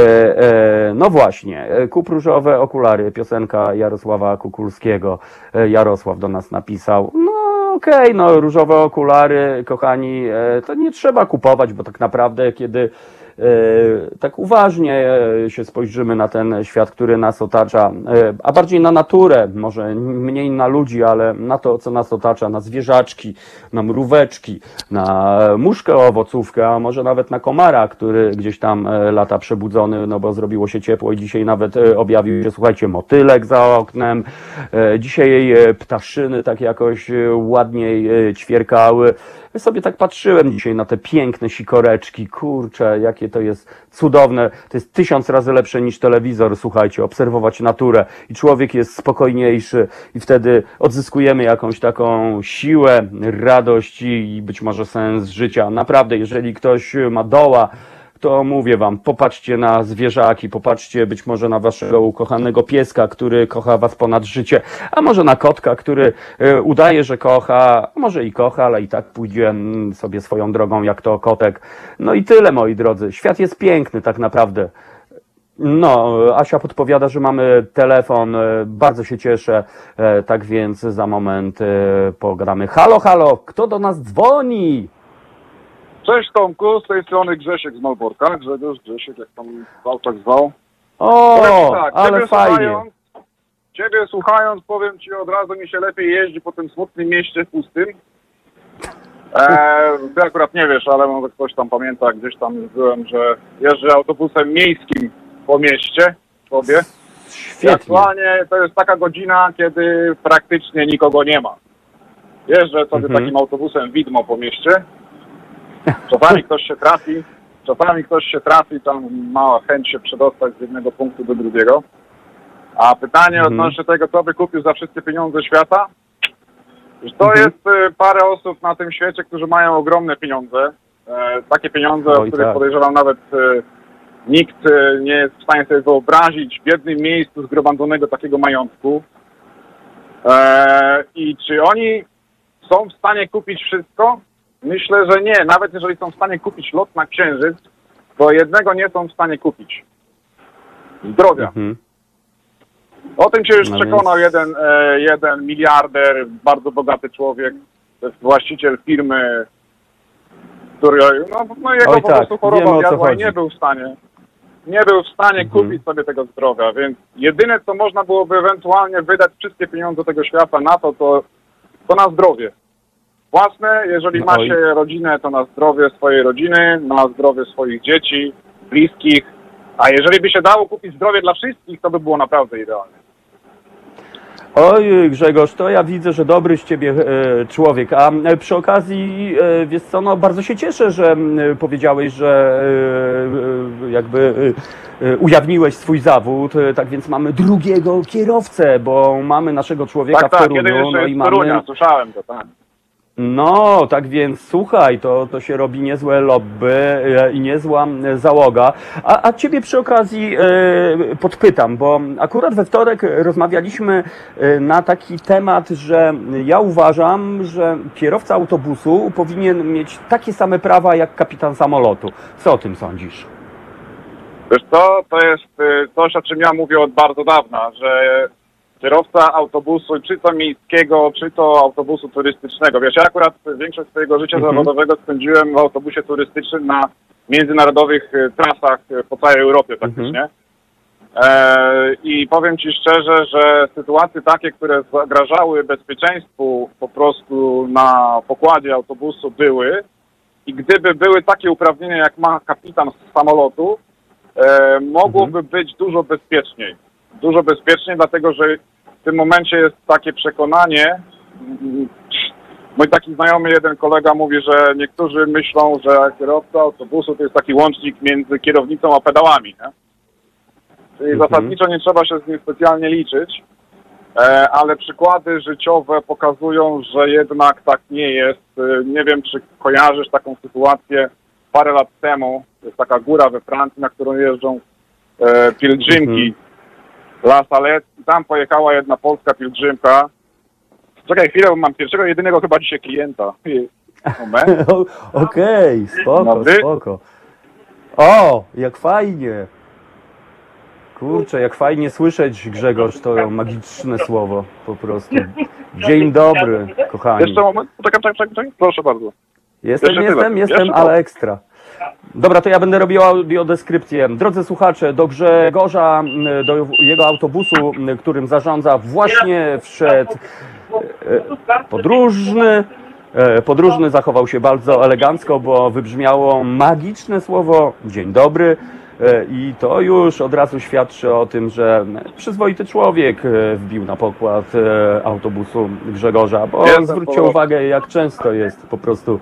No właśnie, kup różowe okulary, piosenka Jarosława Kukulskiego. Jarosław do nas napisał. No okej, no różowe okulary, kochani, to nie trzeba kupować, bo tak naprawdę, kiedy tak uważnie się spojrzymy na ten świat, który nas otacza, a bardziej na naturę, może mniej na ludzi, ale na to, co nas otacza, na zwierzaczki, na mróweczki, na muszkę owocówkę, a może nawet na komara, który gdzieś tam lata przebudzony, no bo zrobiło się ciepło i dzisiaj nawet objawił się, słuchajcie, motylek za oknem. Dzisiaj ptaszyny tak jakoś ładniej ćwierkały. Ja sobie tak patrzyłem dzisiaj na te piękne sikoreczki, kurczę, jakie to jest cudowne. To jest 1000 razy lepsze niż telewizor, słuchajcie, obserwować naturę i człowiek jest spokojniejszy i wtedy odzyskujemy jakąś taką siłę, radość i być może sens życia. Naprawdę, jeżeli ktoś ma doła, to mówię wam, popatrzcie na zwierzaki, popatrzcie być może na waszego ukochanego pieska, który kocha was ponad życie, a może na kotka, który udaje, że kocha, a może i kocha, ale i tak pójdzie sobie swoją drogą jak to kotek. No i tyle, moi drodzy. Świat jest piękny tak naprawdę. No, Asia podpowiada, że mamy telefon, bardzo się cieszę, tak więc za moment pogadamy. Halo, halo, kto do nas dzwoni?
Cześć Tomku, z tej strony Grzesiek z Malborka. Grzesiek, jak tam zwał, tak zwał.
O,
tak,
ale fajnie.
Ciebie słuchając, powiem ci, od razu mi się lepiej jeździ po tym smutnym mieście pustym. Ty akurat nie wiesz, ale może ktoś tam pamięta, gdzieś tam byłem, że jeżdżę autobusem miejskim po mieście sobie.
Świetnie.
I aktualnie to jest taka godzina, kiedy praktycznie nikogo nie ma. Jeżdżę sobie takim autobusem widmo po mieście. Czasami ktoś się trafi, tam ma chęć się przedostać z jednego punktu do drugiego. A pytanie odnośnie tego, co by kupił za wszystkie pieniądze świata? Że to jest parę osób na tym świecie, którzy mają ogromne pieniądze. Takie pieniądze, o których podejrzewam nawet nikt nie jest w stanie sobie wyobrazić w jednym miejscu zgromadzonego takiego majątku. I czy oni są w stanie kupić wszystko? Myślę, że nie. Nawet jeżeli są w stanie kupić lot na Księżyc, to jednego nie są w stanie kupić. Zdrowia. O tym się już przekonał jeden miliarder, bardzo bogaty człowiek, to jest właściciel firmy, który, no jego po prostu choroba jadła i nie był w stanie kupić sobie tego zdrowia, więc jedyne, co można byłoby ewentualnie wydać wszystkie pieniądze tego świata na to na zdrowie. Własne, jeżeli ma się rodzinę, to na zdrowie swojej rodziny, na zdrowie swoich dzieci, bliskich, a jeżeli by się dało kupić zdrowie dla wszystkich, to by było naprawdę idealne.
Oj, Grzegorz, to ja widzę, że dobry z ciebie człowiek. A przy okazji, wiesz co, no bardzo się cieszę, że powiedziałeś, że jakby ujawniłeś swój zawód. Tak więc mamy drugiego kierowcę, bo mamy naszego człowieka w Toruniu.
Kiedy jeszcze
No
jest
i
w Toruniu,
mamy...
słyszałem to, tak.
No, tak więc słuchaj, to się robi niezłe lobby i niezła załoga. A ciebie przy okazji podpytam, bo akurat we wtorek rozmawialiśmy na taki temat, że ja uważam, że kierowca autobusu powinien mieć takie same prawa jak kapitan samolotu. Co o tym sądzisz?
Wiesz co, to jest coś, o czym ja mówię od bardzo dawna, że kierowca autobusu, czy to miejskiego, czy to autobusu turystycznego. Wiesz, ja akurat większość swojego życia zawodowego spędziłem w autobusie turystycznym na międzynarodowych trasach po całej Europie praktycznie. I powiem Ci szczerze, że sytuacje takie, które zagrażały bezpieczeństwu po prostu na pokładzie autobusu były i gdyby były takie uprawnienia, jak ma kapitan z samolotu, mogłoby być dużo bezpieczniej. Dużo bezpieczniej, dlatego że w tym momencie jest takie przekonanie, mój taki znajomy, jeden kolega mówi, że niektórzy myślą, że kierowca autobusu to jest taki łącznik między kierownicą a pedałami, nie? Czyli zasadniczo nie trzeba się z nim specjalnie liczyć, ale przykłady życiowe pokazują, że jednak tak nie jest. Nie wiem, czy kojarzysz taką sytuację parę lat temu. Jest taka góra we Francji, na którą jeżdżą pielgrzymki. La Salette. I tam pojechała jedna polska pielgrzymka. Czekaj chwilę, bo mam pierwszego, jedynego chyba dzisiaj klienta. Moment.
Okej, spoko, spoko. O, jak fajnie. Kurczę, jak fajnie słyszeć, Grzegorz, to magiczne słowo po prostu. Dzień dobry, kochani.
Jeszcze moment, czekaj, proszę bardzo.
Jestem, ale ekstra. Dobra, to ja będę robił audiodeskrypcję. Drodzy słuchacze, do Grzegorza, do jego autobusu, którym zarządza, właśnie wszedł podróżny. Podróżny zachował się bardzo elegancko, bo wybrzmiało magiczne słowo dzień dobry. I to już od razu świadczy o tym, że przyzwoity człowiek wbił na pokład autobusu Grzegorza, bo zwróćcie uwagę, jak często jest po prostu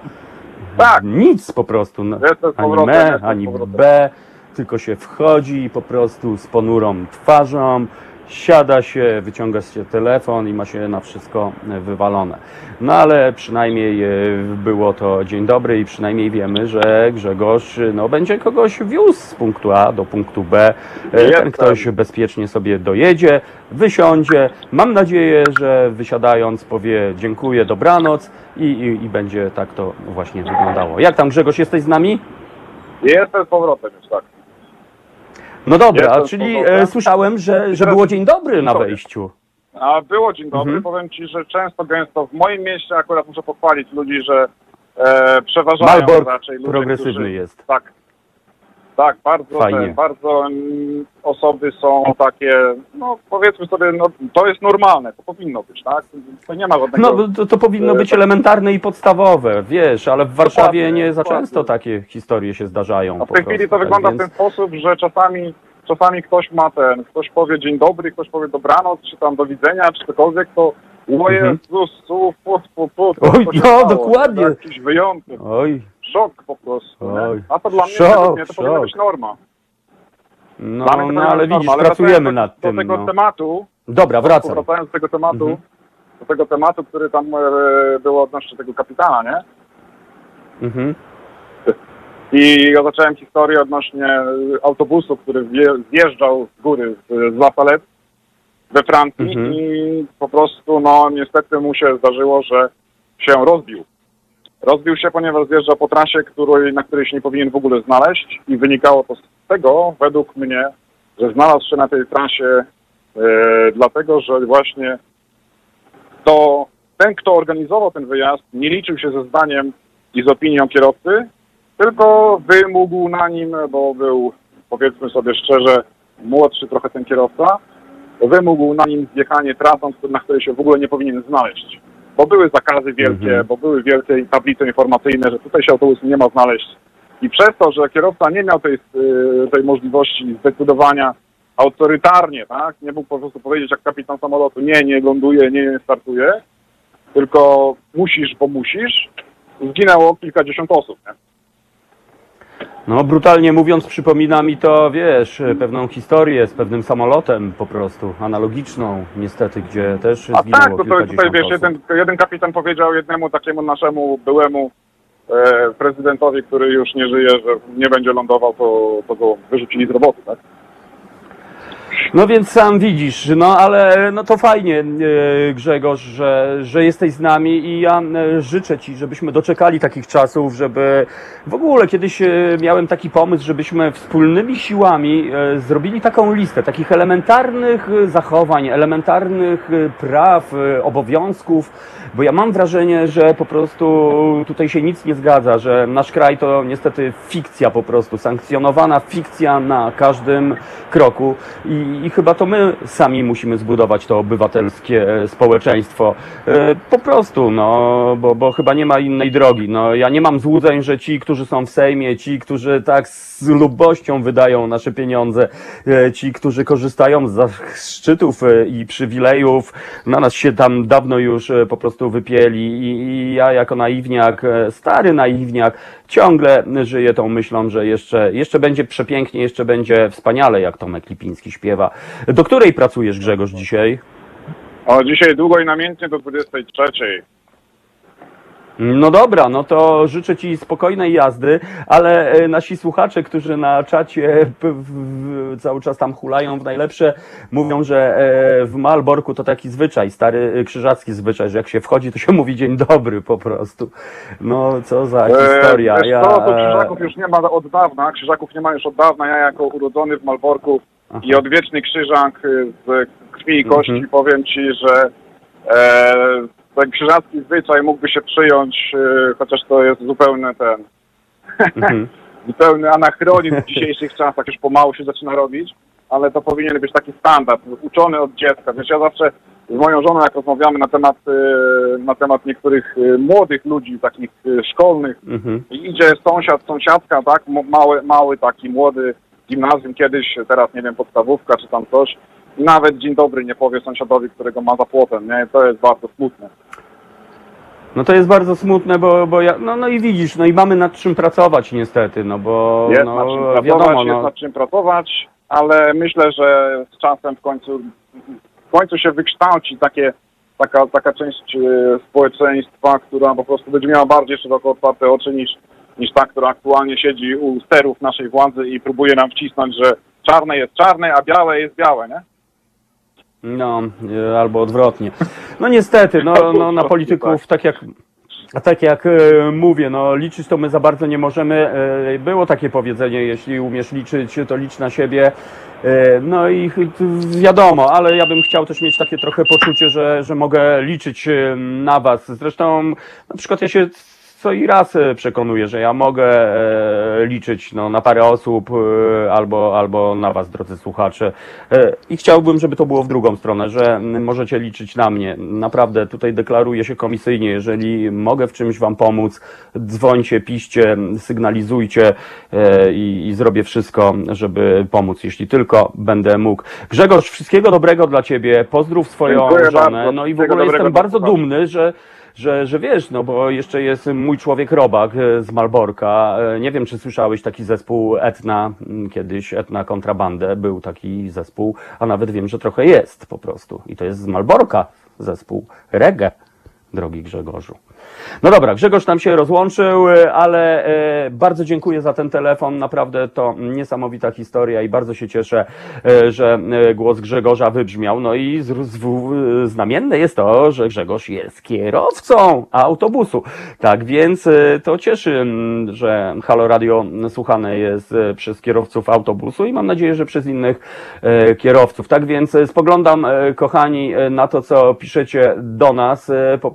nic po prostu, ani me, ani b, tylko się wchodzi i po prostu z ponurą twarzą, siada się, wyciąga się telefon i ma się na wszystko wywalone. No ale przynajmniej było to dzień dobry i przynajmniej wiemy, że Grzegorz będzie kogoś wiózł z punktu A do punktu B. Ten ktoś bezpiecznie sobie dojedzie, wysiądzie. Mam nadzieję, że wysiadając powie dziękuję, dobranoc i będzie tak to właśnie wyglądało. Jak tam, Grzegorz, jesteś z nami?
Jestem z powrotem już, tak.
No dobra, czyli słyszałem, że było dzień dobry na wejściu.
A było dzień dobry. Powiem Ci, że często, gęsto w moim mieście akurat muszę pochwalić ludzi, że przeważają
Malbork
raczej ludzie,
progresywny
którzy,
jest.
Tak, bardzo, bardzo osoby są takie, no powiedzmy sobie, no to jest normalne, to powinno być, tak? To nie ma żadnego...
No to powinno być elementarne i podstawowe, wiesz, ale w Warszawie nie za często takie historie się zdarzają.
A w tej chwili to wygląda w ten sposób, że czasami ktoś powie dzień dobry, ktoś powie dobranoc, czy tam do widzenia, czy cokolwiek, to o Jezus,
Oj, no dokładnie.
Jakiś wyjątek.
Oj.
Szok po prostu.
Oj.
A to dla mnie to powinna być norma.
No ale widzisz, pracujemy nad tym.
Do tego tematu.
Dobra, wracam.
Wracając do tego tematu, do tego tematu, który tam było odnośnie tego kapitana, nie? I ja zacząłem historię odnośnie autobusu, który zjeżdżał z góry z La Salette we Francji i po prostu, no niestety mu się zdarzyło, że się rozbił. Rozbił się, ponieważ zjeżdżał po trasie, na której się nie powinien w ogóle znaleźć i wynikało to z tego, według mnie, że znalazł się na tej trasie dlatego, że właśnie ten, kto organizował ten wyjazd, nie liczył się ze zdaniem i z opinią kierowcy, tylko wymógł na nim, bo był, powiedzmy sobie szczerze, młodszy trochę ten kierowca, wymógł na nim zjechanie trasą, na której się w ogóle nie powinien znaleźć. Bo były zakazy wielkie, bo były wielkie tablice informacyjne, że tutaj się autobus nie ma znaleźć. I przez to, że kierowca nie miał tej możliwości zdecydowania, autorytarnie, tak? Nie mógł po prostu powiedzieć jak kapitan samolotu, nie ląduje, nie startuje, tylko musisz, bo musisz. Zginęło kilkadziesiąt osób, nie?
No, brutalnie mówiąc, przypomina mi to, wiesz, pewną historię z pewnym samolotem po prostu, analogiczną niestety, gdzie też
A
zginęło
tak, to tutaj
kilkadziesiąt
wiesz,
osób.
jeden kapitan powiedział jednemu takiemu naszemu byłemu prezydentowi, który już nie żyje, że nie będzie lądował, to go wyrzucili z roboty, tak?
No więc sam widzisz, no ale no to fajnie, Grzegorz, że jesteś z nami i ja życzę Ci, żebyśmy doczekali takich czasów, żeby w ogóle kiedyś miałem taki pomysł, żebyśmy wspólnymi siłami zrobili taką listę takich elementarnych zachowań, elementarnych praw, obowiązków, bo ja mam wrażenie, że po prostu tutaj się nic nie zgadza, że nasz kraj to niestety fikcja po prostu, sankcjonowana fikcja na każdym kroku i chyba to my sami musimy zbudować to obywatelskie społeczeństwo. Po prostu, no, bo chyba nie ma innej drogi. No, ja nie mam złudzeń, że ci, którzy są w Sejmie, ci, którzy tak z lubością wydają nasze pieniądze, ci, którzy korzystają z zaszczytów i przywilejów, na nas się tam dawno już po prostu wypieli i ja jako naiwniak, stary naiwniak, ciągle żyję tą myślą, że jeszcze będzie przepięknie, jeszcze będzie wspaniale, jak Tomek Lipiński śpiewa. Do której pracujesz, Grzegorz, dzisiaj?
O, dzisiaj długo i namiętnie do 23.
No dobra, no to życzę Ci spokojnej jazdy, ale nasi słuchacze, którzy na czacie cały czas tam hulają w najlepsze, mówią, że w Malborku to taki zwyczaj, stary krzyżacki zwyczaj, że jak się wchodzi, to się mówi dzień dobry po prostu. No co za historia.
Wiesz co, to Krzyżaków już nie ma od dawna, Krzyżaków nie ma już od dawna, ja jako urodzony w Malborku i odwieczny Krzyżak z krwi i kości powiem Ci, że ten krzyżacki zwyczaj mógłby się przyjąć, chociaż to jest zupełny zupełny anachronizm w dzisiejszych czasach, już pomału się zaczyna robić, ale to powinien być taki standard, uczony od dziecka. Wiesz, ja zawsze z moją żoną, jak rozmawiamy na temat niektórych młodych ludzi, takich szkolnych, i idzie sąsiad, sąsiadka, tak, mały taki młody, gimnazjum kiedyś, teraz nie wiem, podstawówka czy tam coś, i nawet dzień dobry nie powie sąsiadowi, którego ma za płotem, nie? To jest bardzo smutne.
No to jest bardzo smutne, bo ja, no i widzisz, no i mamy nad czym pracować niestety, no bo
Jest
no,
nad czym pracować,
wiadomo,
jest nad czym pracować, ale myślę, że z czasem w końcu się wykształci taka część społeczeństwa, która po prostu będzie miała bardziej szeroko otwarte oczy niż ta, która aktualnie siedzi u sterów naszej władzy i próbuje nam wcisnąć, że czarne jest czarne, a białe jest białe, nie?
No, albo odwrotnie. No niestety, no na polityków, tak jak mówię, no liczyć to my za bardzo nie możemy. Było takie powiedzenie, jeśli umiesz liczyć, to licz na siebie. No i wiadomo, ale ja bym chciał też mieć takie trochę poczucie, że mogę liczyć na was. Zresztą na przykład ja się co i raz przekonuję, że ja mogę liczyć na parę osób albo na was, drodzy słuchacze. I chciałbym, żeby to było w drugą stronę, że możecie liczyć na mnie. Naprawdę tutaj deklaruję się komisyjnie, jeżeli mogę w czymś wam pomóc, dzwońcie, piszcie, sygnalizujcie i zrobię wszystko, żeby pomóc, jeśli tylko będę mógł. Grzegorz, wszystkiego dobrego dla ciebie, pozdrów swoją
Dziękuję
żonę,
bardzo.
no i w ogóle jestem bardzo dumny, że wiesz, no bo jeszcze jest mój człowiek Robak z Malborka. Nie wiem, czy słyszałeś taki zespół Etna, kiedyś Etna Kontrabandę, był taki zespół, a nawet wiem, że trochę jest po prostu. I to jest z Malborka zespół reggae, drogi Grzegorzu. No dobra, Grzegorz nam się rozłączył, ale bardzo dziękuję za ten telefon, naprawdę to niesamowita historia i bardzo się cieszę, że głos Grzegorza wybrzmiał. No i znamienne jest to, że Grzegorz jest kierowcą autobusu. Tak więc to cieszy, że Halo Radio słuchane jest przez kierowców autobusu i mam nadzieję, że przez innych kierowców. Tak więc spoglądam, kochani, na to, co piszecie do nas, po prostu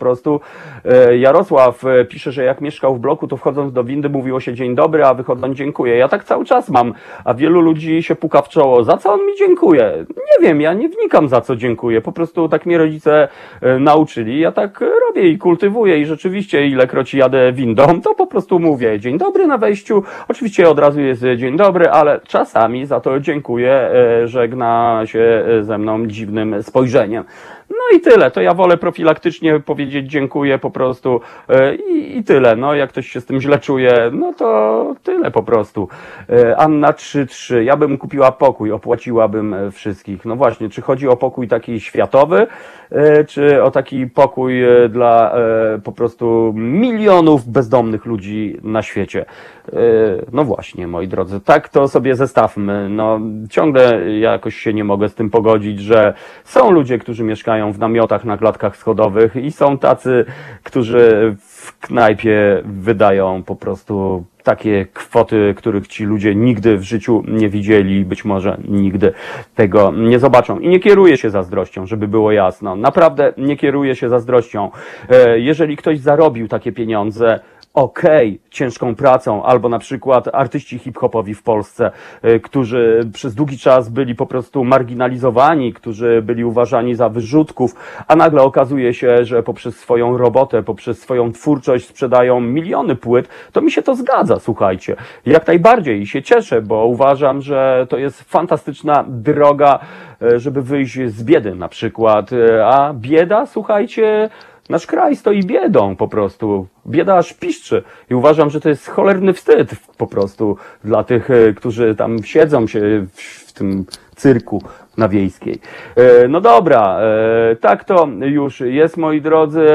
prostu. Jarosław pisze, że jak mieszkał w bloku, to wchodząc do windy mówiło się dzień dobry, a wychodząc dziękuję. Ja tak cały czas mam, a wielu ludzi się puka w czoło. Za co on mi dziękuję? Nie wiem, ja nie wnikam, za co dziękuję. Po prostu tak mnie rodzice nauczyli. Ja tak robię i kultywuję i rzeczywiście ilekroć jadę windą, to po prostu mówię dzień dobry na wejściu. Oczywiście od razu jest dzień dobry, ale czasami za to dziękuję, żegna się ze mną dziwnym spojrzeniem. No i tyle, to ja wolę profilaktycznie powiedzieć dziękuję po prostu i tyle. No jak ktoś się z tym źle czuje, no to tyle po prostu. Anna 3.3, ja bym kupiła pokój, opłaciłabym wszystkich. No właśnie, czy chodzi o pokój taki światowy, czy o taki pokój dla po prostu milionów bezdomnych ludzi na świecie? No właśnie, moi drodzy, tak to sobie zestawmy. No ciągle jakoś się nie mogę z tym pogodzić, że są ludzie, którzy mieszkają w namiotach na klatkach schodowych i są tacy, którzy w knajpie wydają po prostu takie kwoty, których ci ludzie nigdy w życiu nie widzieli, być może nigdy tego nie zobaczą. I nie kieruję się zazdrością, żeby było jasno. Naprawdę nie kieruję się zazdrością. Jeżeli ktoś zarobił takie pieniądze, ciężką pracą, albo na przykład artyści hip-hopowi w Polsce, którzy przez długi czas byli po prostu marginalizowani, którzy byli uważani za wyrzutków, a nagle okazuje się, że poprzez swoją robotę, poprzez swoją twórczość sprzedają miliony płyt, to mi się to zgadza, słuchajcie. Jak najbardziej i się cieszę, bo uważam, że to jest fantastyczna droga, żeby wyjść z biedy na przykład, a bieda, słuchajcie, nasz kraj stoi biedą po prostu. Bieda aż piszczy. I uważam, że to jest cholerny wstyd po prostu dla tych, którzy tam siedzą się w tym cyrku na Wiejskiej. No dobra, tak to już jest, moi drodzy.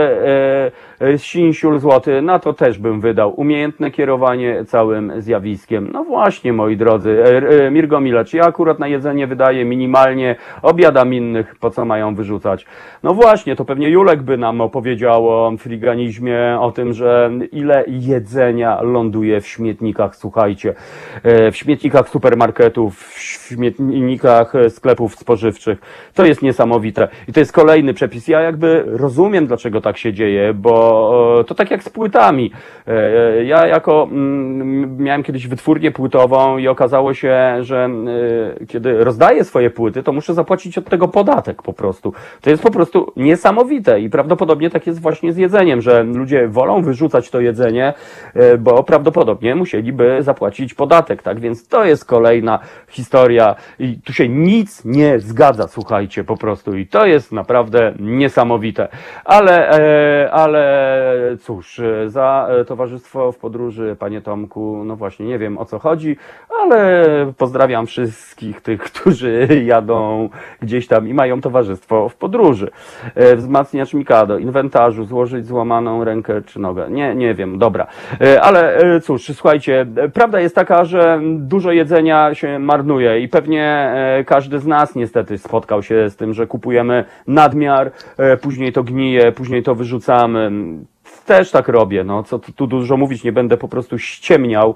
Sinsiul złoty, na to też bym wydał. Umiejętne kierowanie całym zjawiskiem. No właśnie, moi drodzy. Mirgo Milacz, ja akurat na jedzenie wydaję minimalnie, obiadam innych, po co mają wyrzucać. No właśnie, to pewnie Julek by nam opowiedział o friganizmie, o tym, że ile jedzenia ląduje w śmietnikach, słuchajcie. W śmietnikach supermarketów, w śmietnikach sklepów spożywczych. To jest niesamowite. I to jest kolejny przepis. Ja jakby rozumiem, dlaczego tak się dzieje, bo to tak jak z płytami. Ja miałem kiedyś wytwórnię płytową i okazało się, że kiedy rozdaję swoje płyty, to muszę zapłacić od tego podatek po prostu. To jest po prostu niesamowite i prawdopodobnie tak jest właśnie z jedzeniem, że ludzie wolą wyrzucać to jedzenie, bo prawdopodobnie musieliby zapłacić podatek, tak? Więc to jest kolejna historia i tu się nic nie zgadza, słuchajcie, po prostu i to jest naprawdę niesamowite. Ale cóż, za towarzystwo w podróży, panie Tomku, no właśnie, nie wiem o co chodzi, ale pozdrawiam wszystkich tych, którzy jadą gdzieś tam i mają towarzystwo w podróży. Wzmacniacz Mikado, inwentarzu, złożyć złamaną rękę czy nogę. Nie wiem, dobra. Ale cóż, słuchajcie, prawda jest taka, że dużo jedzenia się marnuje i pewnie każdy z nas niestety spotkał się z tym, że kupujemy nadmiar, później to gnije, później to wyrzucamy. Też tak robię, no co tu dużo mówić, nie będę po prostu ściemniał,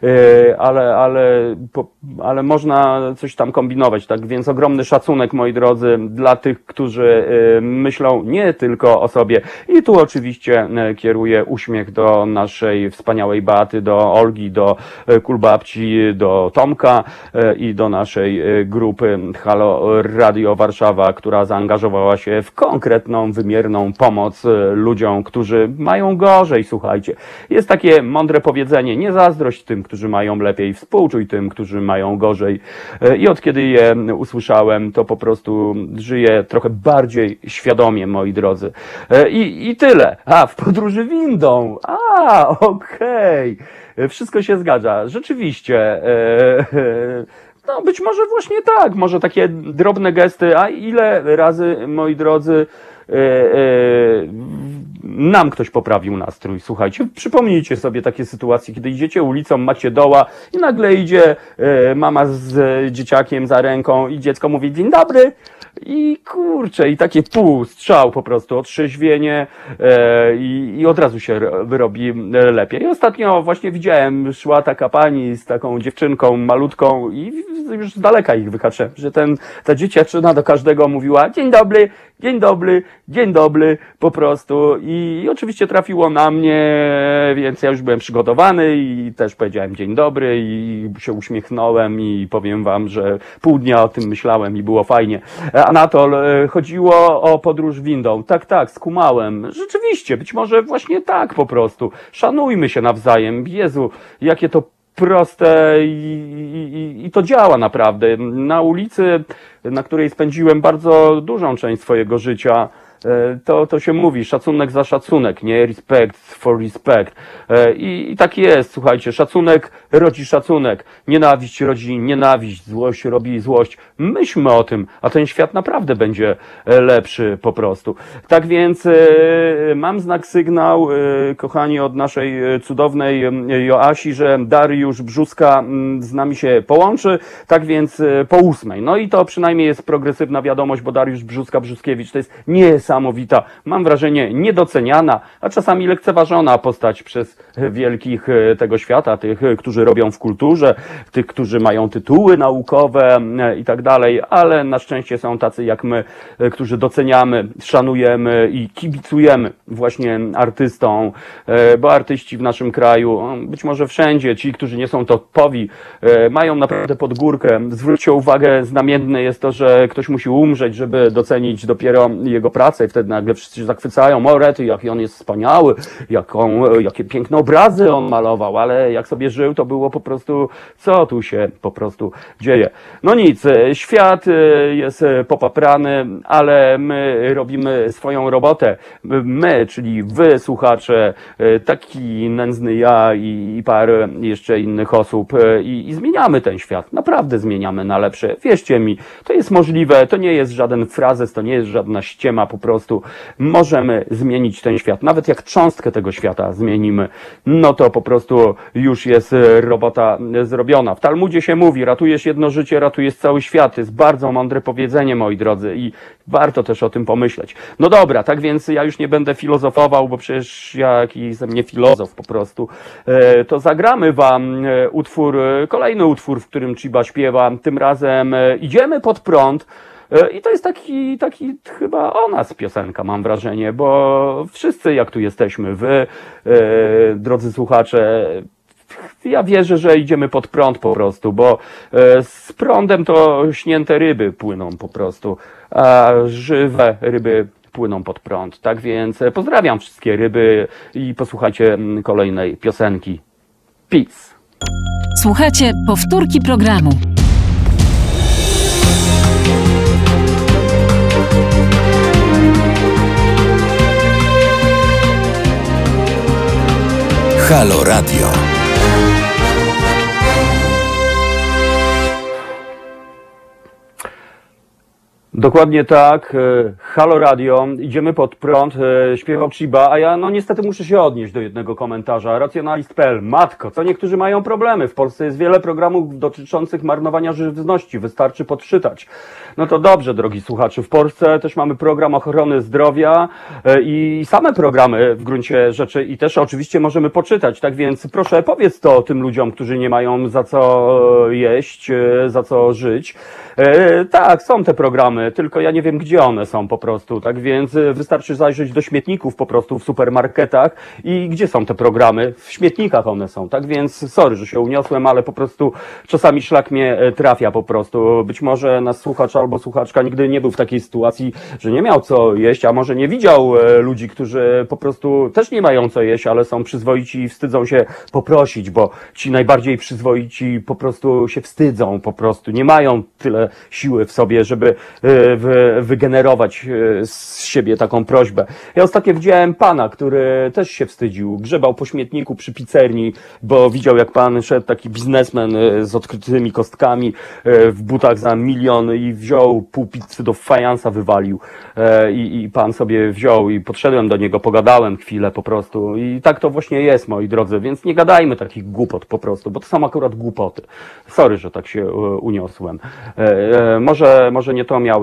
ale można coś tam kombinować, tak więc ogromny szacunek, moi drodzy, dla tych, którzy myślą nie tylko o sobie i tu oczywiście kieruję uśmiech do naszej wspaniałej Beaty, do Olgi, do Kulbabci, do Tomka i do naszej grupy Halo Radio Warszawa, która zaangażowała się w konkretną, wymierną pomoc ludziom, którzy mają gorzej, słuchajcie. Jest takie mądre powiedzenie, nie zazdrość tym, którzy mają lepiej, współczuj tym, którzy mają gorzej. I od kiedy je usłyszałem, to po prostu żyję trochę bardziej świadomie, moi drodzy. I tyle. W podróży windą. Okej. Wszystko się zgadza. Rzeczywiście. No być może właśnie tak, może takie drobne gesty, a ile razy, moi drodzy, nam ktoś poprawił nastrój, słuchajcie, przypomnijcie sobie takie sytuacje, kiedy idziecie ulicą, macie doła i nagle idzie mama z dzieciakiem za ręką i dziecko mówi dzień dobry, i kurczę, i takie strzał po prostu, otrzeźwienie i od razu się robi lepiej. I ostatnio właśnie widziałem, szła taka pani z taką dziewczynką malutką i już z daleka ich wyhaczyłem, że ta dzieciaczyna do każdego mówiła dzień dobry, dzień dobry, dzień dobry, po prostu. I oczywiście trafiło na mnie, więc ja już byłem przygotowany i też powiedziałem dzień dobry i się uśmiechnąłem i powiem wam, że pół dnia o tym myślałem i było fajnie. Anatol, chodziło o podróż windą. Tak, skumałem. Rzeczywiście, być może właśnie tak po prostu. Szanujmy się nawzajem. Jezu, jakie to proste i to działa naprawdę. Na ulicy, na której spędziłem bardzo dużą część swojego życia, to się mówi, szacunek za szacunek, nie? Respect for respect. I tak jest, słuchajcie, szacunek rodzi szacunek, nienawiść rodzi nienawiść, złość robi złość. Myślmy o tym, a ten świat naprawdę będzie lepszy po prostu. Tak więc mam sygnał, kochani, od naszej cudownej Joasi, że Dariusz Brzuska z nami się połączy, tak więc po 8. No i to przynajmniej jest progresywna wiadomość, bo Dariusz Brzuskiewicz to jest niesamowita, mam wrażenie, niedoceniana, a czasami lekceważona postać przez wielkich tego świata, tych, którzy robią w kulturze, tych, którzy mają tytuły naukowe i tak dalej, ale na szczęście są tacy jak my, którzy doceniamy, szanujemy i kibicujemy właśnie artystom, bo artyści w naszym kraju, być może wszędzie, ci, którzy nie są topowi, mają naprawdę pod górkę. Zwróćcie uwagę, znamienne jest to, że ktoś musi umrzeć, żeby docenić dopiero jego pracę i wtedy nagle wszyscy się zachwycają, o rety, jaki on jest wspaniały, jakie piękne obrazy on malował, ale jak sobie żył, to było po prostu, co tu się po prostu dzieje. No nic, świat jest popaprany, ale my robimy swoją robotę. My, czyli wy, słuchacze, taki nędzny ja i parę jeszcze innych osób i zmieniamy ten świat. Naprawdę zmieniamy na lepsze. Wierzcie mi, to jest możliwe, to nie jest żaden frazes, to nie jest żadna ściema, po prostu możemy zmienić ten świat. Nawet jak cząstkę tego świata zmienimy, no to po prostu już jest robota zrobiona. W Talmudzie się mówi, ratujesz jedno życie, ratujesz cały świat. To jest bardzo mądre powiedzenie, moi drodzy, i warto też o tym pomyśleć. No dobra, tak więc ja już nie będę filozofował, bo przecież ja jakiś ze mnie filozof po prostu. To zagramy wam kolejny utwór, w którym Chiba śpiewa. Tym razem Idziemy pod prąd. I to jest taki chyba o nas piosenka, mam wrażenie, bo wszyscy jak tu jesteśmy, wy, drodzy słuchacze, ja wierzę, że idziemy pod prąd po prostu, bo z prądem to śnięte ryby płyną po prostu, a żywe ryby płyną pod prąd. Tak więc pozdrawiam wszystkie ryby i posłuchajcie kolejnej piosenki. Peace.
Słuchajcie powtórki programu.
Halo Radio.
Dokładnie tak, Halo Radio, idziemy pod prąd, śpiewał Chiba, a ja no niestety muszę się odnieść do jednego komentarza. Racjonalist.pl, matko, co niektórzy mają problemy, w Polsce jest wiele programów dotyczących marnowania żywności, wystarczy podczytać. No to dobrze, drogi słuchacze, w Polsce też mamy program ochrony zdrowia i same programy w gruncie rzeczy i też oczywiście możemy poczytać, tak więc proszę powiedz to tym ludziom, którzy nie mają za co jeść, za co żyć. Tak, są te programy, tylko ja nie wiem, gdzie one są po prostu, tak więc wystarczy zajrzeć do śmietników po prostu w supermarketach i gdzie są te programy? W śmietnikach one są, tak więc sorry, że się uniosłem, ale po prostu czasami szlak mnie trafia po prostu. Być może nasz słuchacz albo słuchaczka nigdy nie był w takiej sytuacji, że nie miał co jeść, a może nie widział ludzi, którzy po prostu też nie mają co jeść, ale są przyzwoici i wstydzą się poprosić, bo ci najbardziej przyzwoici po prostu się wstydzą, po prostu nie mają tyle siły w sobie, żeby wygenerować z siebie taką prośbę. Ja ostatnio widziałem pana, który też się wstydził, grzebał po śmietniku przy pizzerni, bo widział, jak pan szedł, taki biznesmen z odkrytymi kostkami w butach za 1 000 000 i wziął pół pizzy do fajansa, wywalił i pan sobie wziął i podszedłem do niego, pogadałem chwilę po prostu i tak to właśnie jest, moi drodzy, więc nie gadajmy takich głupot po prostu, bo to są akurat głupoty. Sorry, że tak się uniosłem. Może nie to miałeś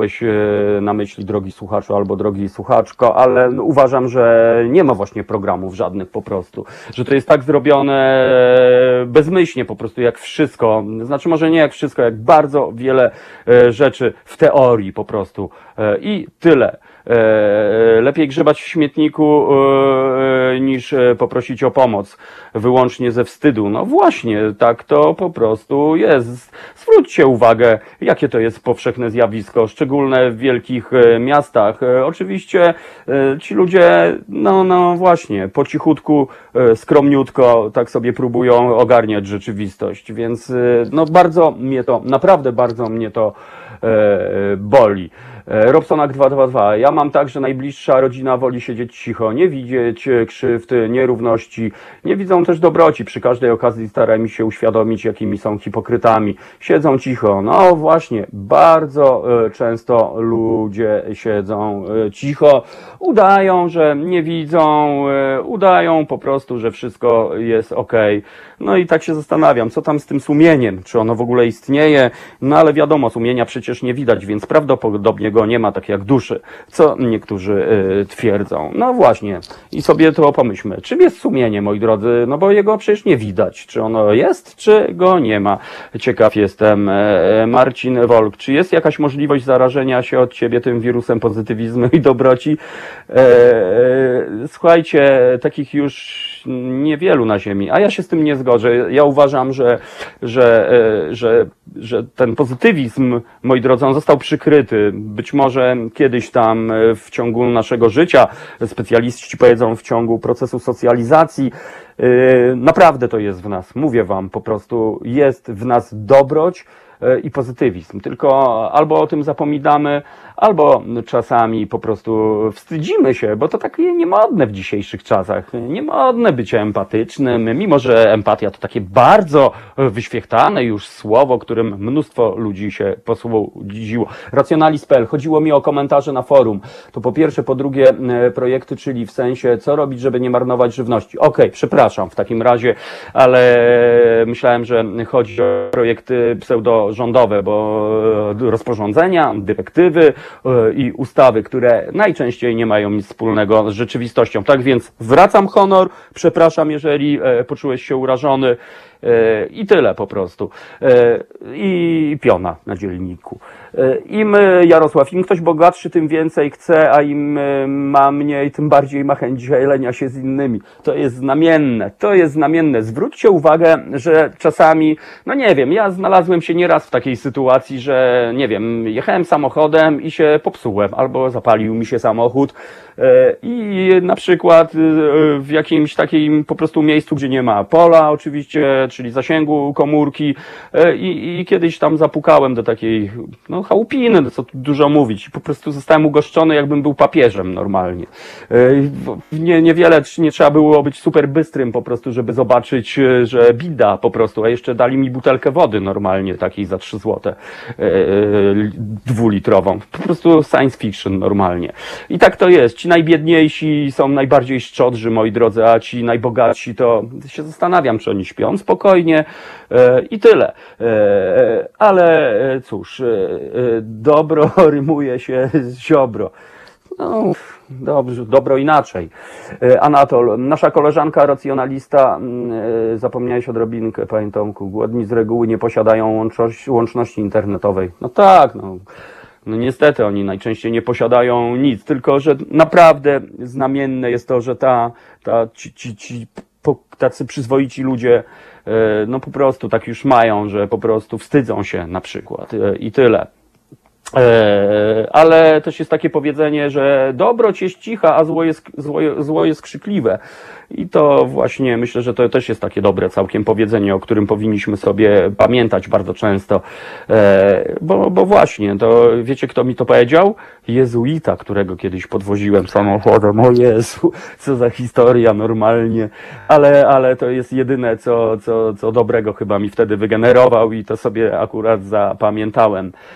miałeś na myśli, drogi słuchaczu albo drogi słuchaczko, ale uważam, że nie ma właśnie programów żadnych po prostu, że to jest tak zrobione bezmyślnie po prostu jak wszystko, znaczy może nie jak wszystko, jak bardzo wiele rzeczy w teorii po prostu i tyle. Lepiej grzebać w śmietniku niż poprosić o pomoc wyłącznie ze wstydu. No właśnie, tak to po prostu jest. Zwróćcie uwagę, jakie to jest powszechne zjawisko, szczególne w wielkich miastach. Oczywiście ci ludzie, no właśnie, po cichutku, skromniutko tak sobie próbują ogarniać rzeczywistość, więc no bardzo mnie to, naprawdę bardzo mnie to boli. Robsonak 222. Ja mam tak, że najbliższa rodzina woli siedzieć cicho, nie widzieć krzywd, nierówności. Nie widzą też dobroci. Przy każdej okazji starają się uświadomić, jakimi są hipokrytami. Siedzą cicho. No właśnie, bardzo często ludzie siedzą cicho. Udają, że nie widzą, udają po prostu, że wszystko jest okej. No i tak się zastanawiam, co tam z tym sumieniem? Czy ono w ogóle istnieje? No ale wiadomo, sumienia przecież nie widać, więc prawdopodobnie go nie ma, tak jak duszy, co niektórzy twierdzą. No właśnie, i sobie to pomyślmy. Czym jest sumienie, moi drodzy? No bo jego przecież nie widać. Czy ono jest, czy go nie ma? Ciekaw jestem. Marcin Wolk, czy jest jakaś możliwość zarażenia się od ciebie tym wirusem pozytywizmu i dobroci? Słuchajcie, takich już niewielu na ziemi, a ja się z tym nie zgodzę. Ja uważam, że ten pozytywizm, moi drodzy, on został przykryty. Być może kiedyś tam w ciągu naszego życia, specjaliści powiedzą w ciągu procesu socjalizacji, naprawdę to jest w nas. Mówię wam, po prostu jest w nas dobroć i pozytywizm. Tylko albo o tym zapominamy, albo czasami po prostu wstydzimy się, bo to takie niemodne w dzisiejszych czasach. Niemodne bycie empatycznym, mimo że empatia to takie bardzo wyświechtane już słowo, którym mnóstwo ludzi się posłudziło. Racjonalist.pl. Chodziło mi o komentarze na forum. To po pierwsze, po drugie projekty, czyli w sensie co robić, żeby nie marnować żywności. Okej, przepraszam w takim razie, ale myślałem, że chodzi o projekty pseudorządowe, bo rozporządzenia, dyrektywy i ustawy, które najczęściej nie mają nic wspólnego z rzeczywistością. Tak więc zwracam honor, przepraszam, jeżeli poczułeś się urażony i tyle po prostu. I piona na dzielniku. Im Jarosław, im ktoś bogatszy, tym więcej chce, a im ma mniej, tym bardziej ma chęć dzielenia się z innymi. To jest znamienne, to jest znamienne. Zwróćcie uwagę, że czasami, no nie wiem, ja znalazłem się nieraz w takiej sytuacji, że nie wiem, jechałem samochodem i się popsułem, albo zapalił mi się samochód i na przykład w jakimś takim po prostu miejscu, gdzie nie ma pola oczywiście, czyli zasięgu komórki i kiedyś tam zapukałem do takiej, no chałupiny, no co tu dużo mówić. Po prostu zostałem ugoszczony, jakbym był papieżem normalnie. Niewiele, nie trzeba było być super bystrym po prostu, żeby zobaczyć, że bida po prostu, a jeszcze dali mi butelkę wody normalnie, takiej za 3 złote, 2-litrową. Po prostu science fiction normalnie. I tak to jest. Ci najbiedniejsi są najbardziej szczodrzy, moi drodzy, a ci najbogatsi to się zastanawiam, czy oni śpią spokojnie i tyle. Ale cóż, dobro rymuje się z ziobro. No, dobrze, dobro inaczej. Anatol, nasza koleżanka racjonalista, zapomniałeś odrobinkę, panie Tomku, głodni z reguły nie posiadają łączności internetowej. No tak, no niestety oni najczęściej nie posiadają nic, tylko że naprawdę znamienne jest to, że ci tacy przyzwoici ludzie no po prostu tak już mają, że po prostu wstydzą się na przykład i tyle. Ale też jest takie powiedzenie, że dobroć jest cicha, a zło jest krzykliwe. I to właśnie myślę, że to też jest takie dobre całkiem powiedzenie, o którym powinniśmy sobie pamiętać bardzo często. Bo właśnie, to wiecie, kto mi to powiedział? Jezuita, którego kiedyś podwoziłem samochodem. O Jezu, co za historia normalnie. Ale to jest jedyne, co dobrego chyba mi wtedy wygenerował i to sobie akurat zapamiętałem.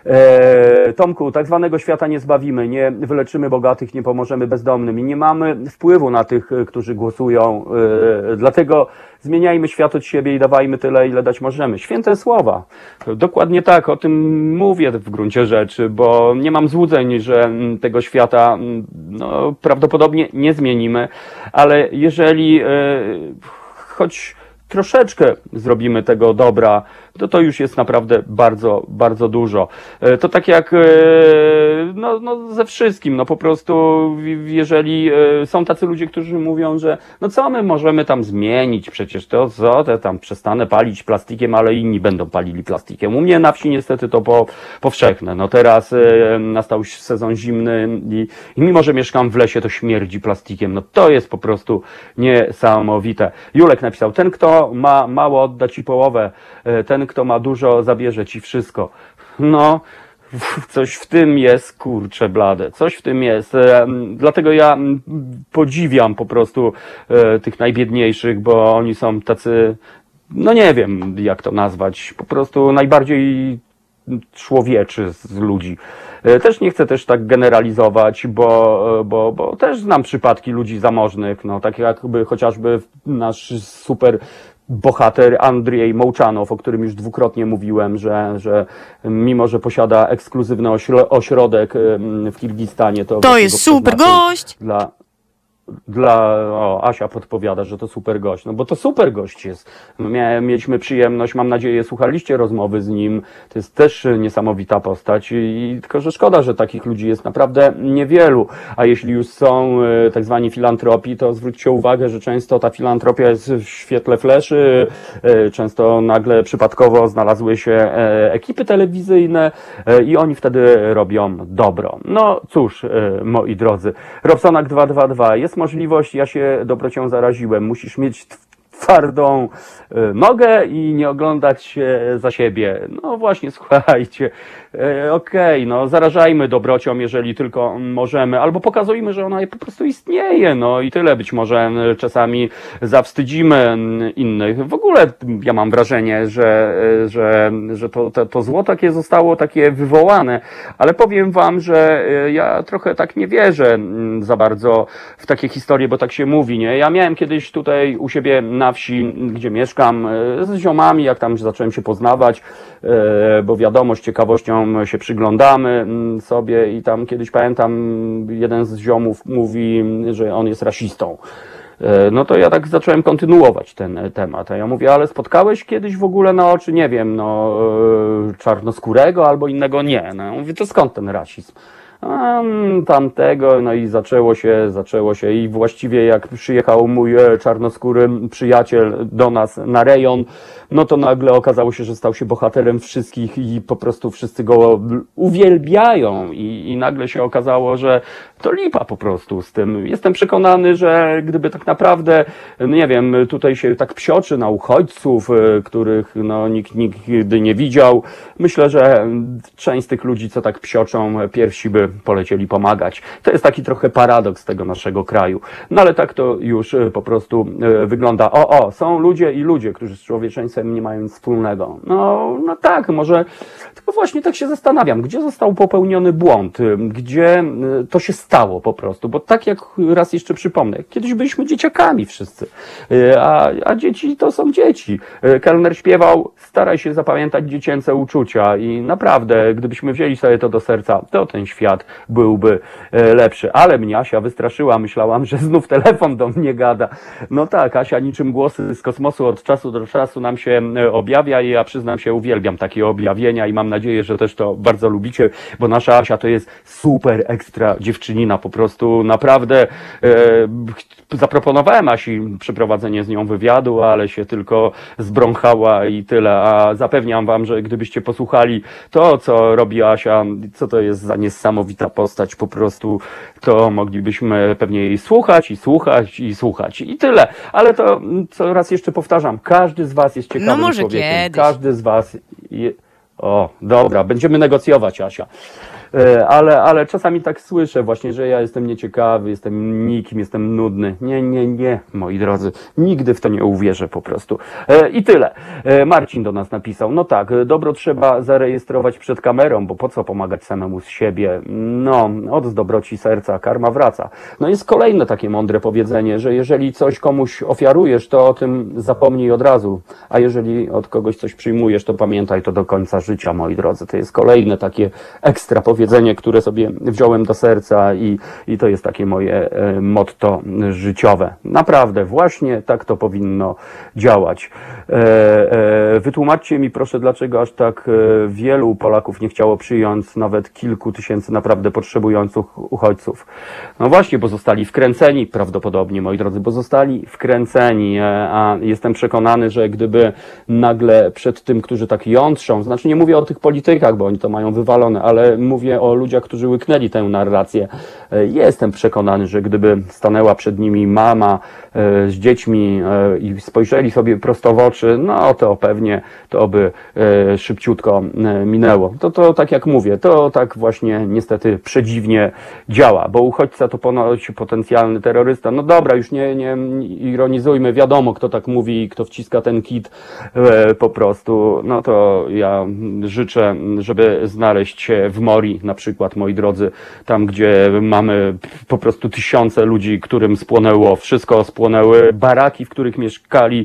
Tomku, tak zwanego świata nie zbawimy, nie wyleczymy bogatych, nie pomożemy bezdomnym i nie mamy wpływu na tych, którzy głosują. Dlatego zmieniajmy świat od siebie i dawajmy tyle, ile dać możemy. Święte słowa. Dokładnie tak, o tym mówię w gruncie rzeczy, bo nie mam złudzeń, że tego świata no, prawdopodobnie nie zmienimy, ale jeżeli choć troszeczkę zrobimy tego dobra, to już jest naprawdę bardzo, bardzo dużo. To tak jak no ze wszystkim, no po prostu jeżeli są tacy ludzie, którzy mówią, że no co my możemy tam zmienić, przecież to co, tam przestanę palić plastikiem, ale inni będą palili plastikiem. U mnie na wsi niestety to powszechne. No teraz nastał sezon zimny i mimo, że mieszkam w lesie, to śmierdzi plastikiem. No to jest po prostu niesamowite. Julek napisał, ten kto ma mało odda ci połowę, ten kto ma dużo zabierze ci wszystko. No, coś w tym jest, kurczę blade, coś w tym jest. Dlatego ja podziwiam po prostu tych najbiedniejszych, bo oni są tacy, no nie wiem jak to nazwać, po prostu najbardziej człowieczy z ludzi. Też nie chcę też tak generalizować, bo też znam przypadki ludzi zamożnych, no tak jakby chociażby nasz super bohater Andrzej Mołczanow, o którym już dwukrotnie mówiłem, że mimo, że posiada ekskluzywny ośrodek w Kirgistanie,
to jest super gość!
Asia podpowiada, że to super gość. No bo to super gość jest. Mieliśmy przyjemność, mam nadzieję, słuchaliście rozmowy z nim. To jest też niesamowita postać i tylko, że szkoda, że takich ludzi jest naprawdę niewielu. A jeśli już są tak zwani filantropi, to zwróćcie uwagę, że często ta filantropia jest w świetle fleszy. Często nagle przypadkowo znalazły się ekipy telewizyjne i oni wtedy robią dobro. No cóż, moi drodzy. Robsonak 222. Jest możliwość, ja się dobrocią zaraziłem. Musisz mieć twardą nogę i nie oglądać się za siebie. No właśnie, słuchajcie, okej, no zarażajmy dobrocią, jeżeli tylko możemy, albo pokazujmy, że ona po prostu istnieje, no i tyle. Być może czasami zawstydzimy innych. W ogóle ja mam wrażenie, że to zło takie zostało takie wywołane, ale powiem wam, że ja trochę tak nie wierzę za bardzo w takie historie, bo tak się mówi, nie? Ja miałem kiedyś tutaj u siebie na wsi, gdzie mieszkam, z ziomami, jak tam zacząłem się poznawać, bo wiadomo, z ciekawością się przyglądamy sobie i tam kiedyś pamiętam, jeden z ziomów mówi, że on jest rasistą. No to ja tak zacząłem kontynuować ten temat. A ja mówię, ale spotkałeś kiedyś w ogóle na oczy, nie wiem, no czarnoskórego albo innego? Nie. No ja mówię, to skąd ten rasizm? Tamtego, no i zaczęło się i właściwie jak przyjechał mój czarnoskóry przyjaciel do nas na rejon, no to nagle okazało się, że stał się bohaterem wszystkich i po prostu wszyscy go uwielbiają i nagle się okazało, że to lipa po prostu z tym. Jestem przekonany, że gdyby tak naprawdę, nie wiem, tutaj się tak psioczy na uchodźców, których no nikt nigdy nie widział, myślę, że część z tych ludzi, co tak psioczą, pierwsi by polecieli pomagać. To jest taki trochę paradoks tego naszego kraju. No ale tak to już po prostu wygląda. Są ludzie i ludzie, którzy z człowieczeństwem nie mają nic wspólnego. No tak, może, tylko właśnie tak się zastanawiam, gdzie został popełniony błąd, gdzie to się stało po prostu, bo tak jak raz jeszcze przypomnę, kiedyś byliśmy dzieciakami wszyscy, a dzieci to są dzieci. Kelner śpiewał, staraj się zapamiętać dziecięce uczucia i naprawdę, gdybyśmy wzięli sobie to do serca, to ten świat byłby lepszy. Ale mnie Asia wystraszyła, myślałam, że znów telefon do mnie gada. No tak, Asia niczym głosy z kosmosu od czasu do czasu nam się objawia i ja przyznam się, uwielbiam takie objawienia i mam nadzieję, że też to bardzo lubicie, bo nasza Asia to jest super ekstra dziewczynina, po prostu naprawdę zaproponowałem Asi przeprowadzenie z nią wywiadu, ale się tylko zbrąchała i tyle, a zapewniam wam, że gdybyście posłuchali to, co robi Asia, co to jest za niesamowita postać, po prostu to moglibyśmy pewnie jej słuchać i tyle, ale to, co raz jeszcze powtarzam, każdy z was jest ciekawym
może
człowiekiem,
kiedyś.
każdy z was dobra, będziemy negocjować, Asia. ale czasami tak słyszę właśnie, że ja jestem nieciekawy, jestem nikim, jestem nudny. Nie, moi drodzy, nigdy w to nie uwierzę po prostu. I tyle. Marcin do nas napisał, no tak, dobro trzeba zarejestrować przed kamerą, bo po co pomagać samemu z siebie? No, od dobroci serca karma wraca. No jest kolejne takie mądre powiedzenie, że jeżeli coś komuś ofiarujesz, to o tym zapomnij od razu, a jeżeli od kogoś coś przyjmujesz, to pamiętaj to do końca życia, moi drodzy. To jest kolejne takie ekstra powiedzenie, które sobie wziąłem do serca i to jest takie moje motto życiowe. Naprawdę, właśnie tak to powinno działać. Wytłumaczcie mi proszę, dlaczego aż tak wielu Polaków nie chciało przyjąć nawet kilku tysięcy naprawdę potrzebujących uchodźców. No właśnie, bo zostali wkręceni prawdopodobnie, moi drodzy, bo zostali wkręceni, a jestem przekonany, że gdyby nagle przed tym, którzy tak jątrzą, znaczy nie mówię o tych politykach, bo oni to mają wywalone, ale mówię o ludziach, którzy łyknęli tę narrację. Jestem przekonany, że gdyby stanęła przed nimi mama z dziećmi i spojrzeli sobie prosto w oczy, no to pewnie to by szybciutko minęło. To tak jak mówię, to tak właśnie niestety przedziwnie działa, bo uchodźca to ponoć potencjalny terrorysta. No dobra, już nie ironizujmy, wiadomo kto tak mówi i kto wciska ten kit po prostu. No to ja życzę, żeby znaleźć się w Morii na przykład, moi drodzy, tam gdzie mamy po prostu tysiące ludzi, którym spłonęło wszystko, spłonęły baraki, w których mieszkali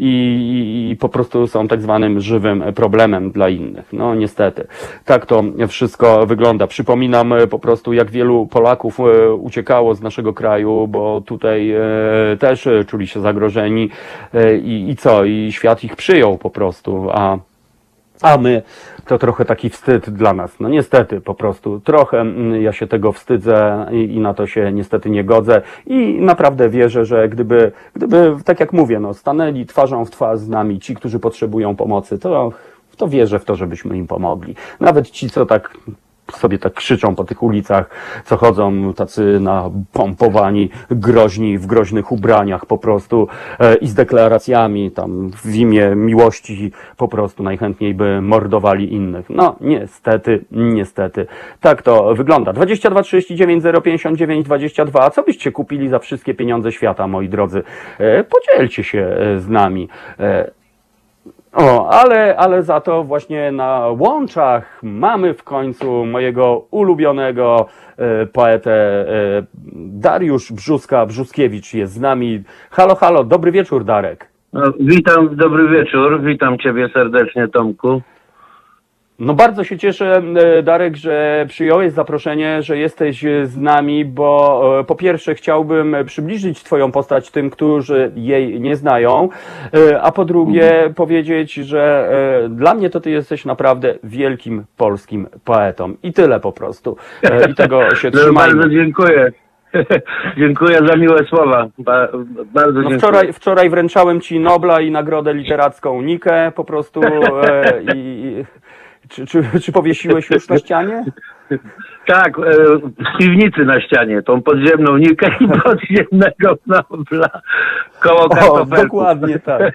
i po prostu są tak zwanym żywym problemem dla innych. No niestety, tak to wszystko wygląda. Przypominam po prostu, jak wielu Polaków uciekało z naszego kraju, bo tutaj też czuli się zagrożeni i co? I świat ich przyjął po prostu, a my to trochę taki wstyd dla nas. No niestety po prostu trochę ja się tego wstydzę i na to się niestety nie godzę i naprawdę wierzę, że gdyby tak jak mówię, no stanęli twarzą w twarz z nami ci, którzy potrzebują pomocy, to wierzę w to, żebyśmy im pomogli. Nawet ci, co tak sobie tak krzyczą po tych ulicach, co chodzą tacy napompowani, groźni, w groźnych ubraniach po prostu i z deklaracjami tam w imię miłości po prostu najchętniej by mordowali innych. No niestety, tak to wygląda. 22 39 059 22. Co byście kupili za wszystkie pieniądze świata, moi drodzy? Podzielcie się z nami. Ale za to właśnie na łączach mamy w końcu mojego ulubionego poetę Dariusz Brzuskiewicz jest z nami. Halo, dobry wieczór, Darek.
No, witam, dobry wieczór, witam Ciebie serdecznie, Tomku.
No bardzo się cieszę, Darek, że przyjąłeś zaproszenie, że jesteś z nami, bo po pierwsze chciałbym przybliżyć Twoją postać tym, którzy jej nie znają, a po drugie powiedzieć, że dla mnie to Ty jesteś naprawdę wielkim polskim poetą. I tyle po prostu. I tego się trzymajmy.
Bardzo dziękuję. Dziękuję za miłe słowa. Bardzo dziękuję.
Wczoraj wręczałem Ci Nobla i Nagrodę Literacką Nikę po prostu Czy powiesiłeś już na ścianie?
Tak, w piwnicy na ścianie, tą podziemną Nikę i podziemnego Nobla koło kartofelków.
Dokładnie tak.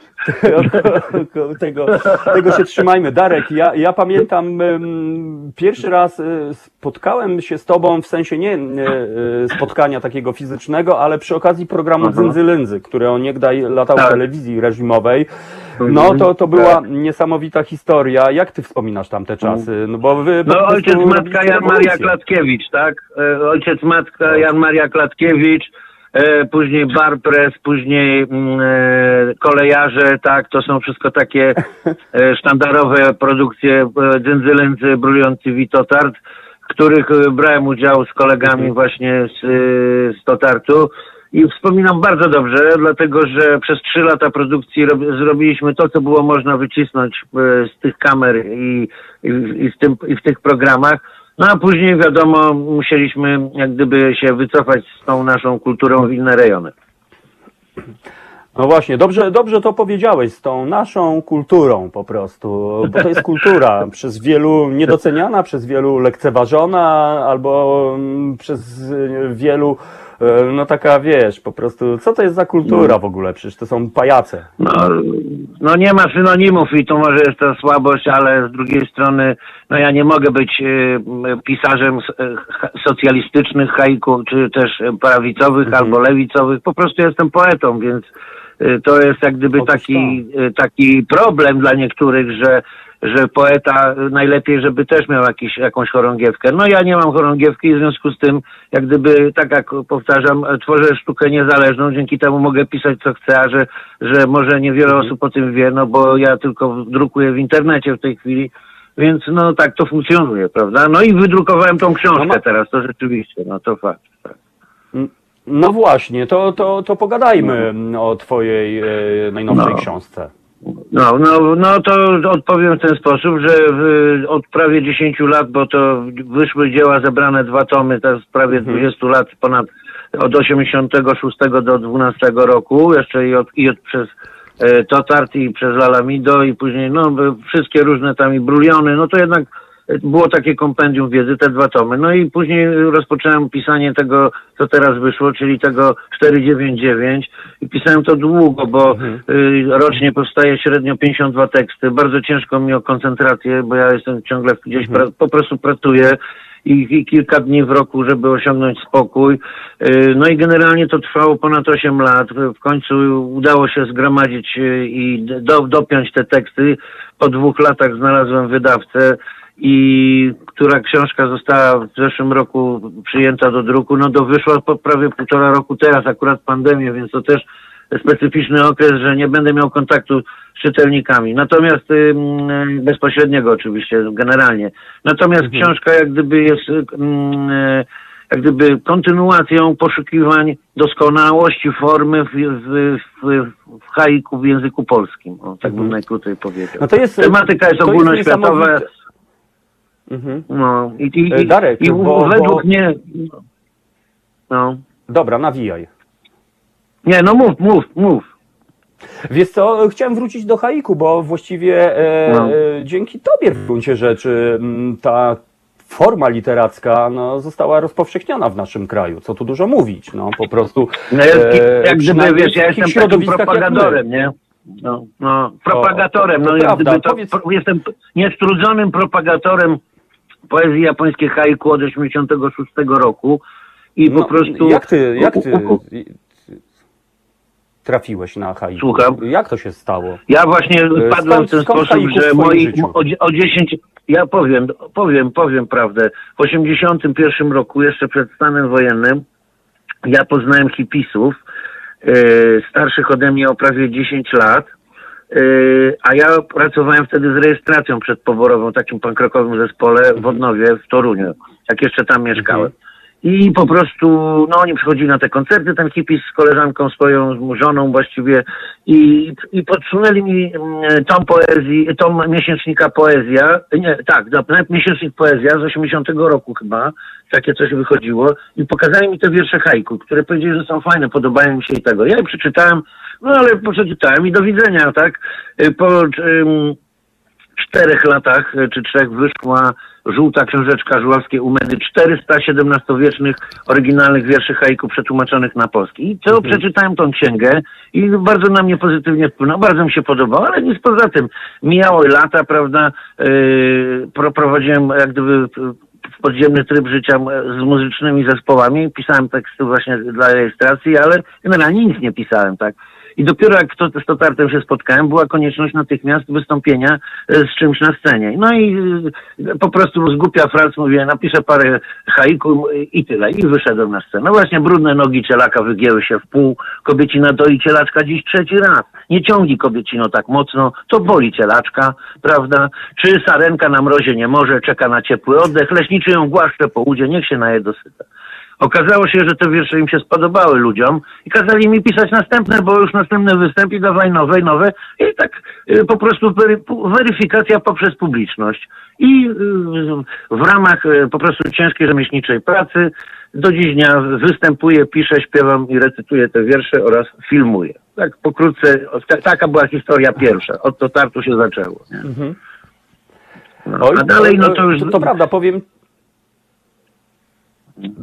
Tego się trzymajmy. Darek, ja pamiętam pierwszy raz spotkałem się z Tobą, w sensie nie spotkania takiego fizycznego, ale przy okazji programu Dzynzy Lędzy, który onegdaj latał w telewizji reżimowej. No to była niesamowita historia. Jak Ty wspominasz tamte czasy? No bo wy
ojciec, matka Jan Maria Klatkiewicz, tak? Ojciec, matka Jan Maria Klatkiewicz, później Barpres, później Kolejarze, tak? To są wszystko takie sztandarowe produkcje Dzynzy Lędzy, Brujący Witotard, w których brałem udział z kolegami właśnie z Totartu. I wspominam bardzo dobrze, dlatego że przez 3 lata produkcji zrobiliśmy to, co było można wycisnąć z tych kamer i w tych programach. No a później wiadomo, musieliśmy jak gdyby się wycofać z tą naszą kulturą w inne rejony.
No właśnie, dobrze to powiedziałeś, z tą naszą kulturą po prostu, bo to jest kultura przez wielu niedoceniana, przez wielu lekceważona, albo przez wielu no taka, wiesz, po prostu, co to jest za kultura w ogóle? Przecież to są pajace.
No nie ma synonimów i to może jest ta słabość, ale z drugiej strony, no ja nie mogę być pisarzem socjalistycznych haiku, czy też prawicowych albo lewicowych. Po prostu jestem poetą, więc to jest jak gdyby taki problem dla niektórych, że poeta najlepiej, żeby też miał jakąś chorągiewkę. No ja nie mam chorągiewki i w związku z tym, jak gdyby, tak jak powtarzam, tworzę sztukę niezależną, dzięki temu mogę pisać co chcę, a że może niewiele osób o tym wie, no bo ja tylko drukuję w internecie w tej chwili, więc no tak to funkcjonuje, prawda? No i wydrukowałem tą książkę teraz, to rzeczywiście, no to fakt. Tak.
No właśnie, to pogadajmy o twojej najnowszej książce.
No to odpowiem w ten sposób, że od prawie 10 lat, bo to wyszły dzieła zebrane 2 tomy, teraz prawie 20 lat, ponad od 86 do 12 roku, jeszcze i przez Totart i przez Lalamido i później no wszystkie różne tam i Bruliony, no to jednak było takie kompendium wiedzy, te 2 tomy. No i później rozpocząłem pisanie tego, co teraz wyszło, czyli tego 499 i pisałem to długo, bo rocznie powstaje średnio 52 teksty. Bardzo ciężko mi o koncentrację, bo ja jestem ciągle gdzieś, po prostu pracuję i kilka dni w roku, żeby osiągnąć spokój. No i generalnie to trwało ponad 8 lat. W końcu udało się zgromadzić i dopiąć te teksty. Po 2 latach znalazłem wydawcę, i która książka została w zeszłym roku przyjęta do druku, no to wyszła po prawie 1,5 roku teraz, akurat pandemię, więc to też specyficzny okres, że nie będę miał kontaktu z czytelnikami. Natomiast bezpośredniego oczywiście, generalnie. Natomiast książka jak gdyby jest jak gdyby kontynuacją poszukiwań doskonałości formy w haiku w języku polskim. O, tak bym najkrócej powiedział.
No to jest,
tematyka jest ogólnoświatowa. No
Darek,
według mnie... No.
Dobra, nawijaj.
Nie, no mów.
Wiesz co, chciałem wrócić do haiku, bo właściwie dzięki tobie w gruncie rzeczy ta forma literacka została rozpowszechniona w naszym kraju. Co tu dużo mówić, no po prostu.
No jak gdyby, wiesz, ja jestem takim propagatorem, nie? Propagatorem. Jestem niestrudzonym propagatorem poezji japońskiej haiku od 86 roku i po prostu...
Jak ty trafiłeś na haiku?
Słucham?
Jak to się stało?
Ja właśnie wpadłem w ten sposób, że o 10... Ja powiem prawdę. W 81 roku, jeszcze przed stanem wojennym, ja poznałem hipisów, starszych ode mnie o prawie 10 lat, a ja pracowałem wtedy z rejestracją przedpoborową, takim pankrokowym zespole w Odnowie, w Toruniu, jak jeszcze tam mieszkałem. I po prostu, no oni przychodzili na te koncerty, ten hipis z koleżanką swoją, żoną właściwie i podsunęli mi tom miesięcznika Poezja, miesięcznik Poezja z 80 roku chyba, takie coś wychodziło i pokazali mi te wiersze haiku, które powiedzieli, że są fajne, podobają mi się i tego. Ja je przeczytałem, no ale przeczytałem i do widzenia, tak? Po 4 latach, czy 3 wyszła żółta książeczka Żuławskiej Umedy, 400 XVII-wiecznych oryginalnych wierszy haiku przetłumaczonych na polski. I co przeczytałem tą księgę i bardzo na mnie pozytywnie wpłynął, bardzo mi się podobało, ale nic poza tym. Mijały lata, prawda, prowadziłem jak gdyby podziemny tryb życia z muzycznymi zespołami, pisałem teksty właśnie dla rejestracji, ale generalnie nic nie pisałem, tak. I dopiero jak z Totartem się spotkałem, była konieczność natychmiast wystąpienia z czymś na scenie. No i po prostu z głupia frac mówię, napiszę parę haiku i tyle. I wyszedłem na scenę. No właśnie brudne nogi cielaka wygięły się w pół. Kobiecina doi cielaczka dziś 3. raz. Nie ciągnij kobiecino tak mocno, to boli cielaczka, prawda? Czy sarenka na mrozie nie może, czeka na ciepły oddech, leśniczy ją głaszcze po udzie, niech się naje dosyta. Okazało się, że te wiersze im się spodobały ludziom i kazali mi pisać następne, bo już następny występ i dawaj nowe. I tak po prostu weryfikacja poprzez publiczność. I w ramach po prostu ciężkiej rzemieślniczej pracy do dziś dnia występuję, piszę, śpiewam i recytuję te wiersze oraz filmuję. Tak pokrótce, taka była historia pierwsza. Od Totartu się zaczęło. Nie? No, a dalej, no to już...
To prawda, powiem...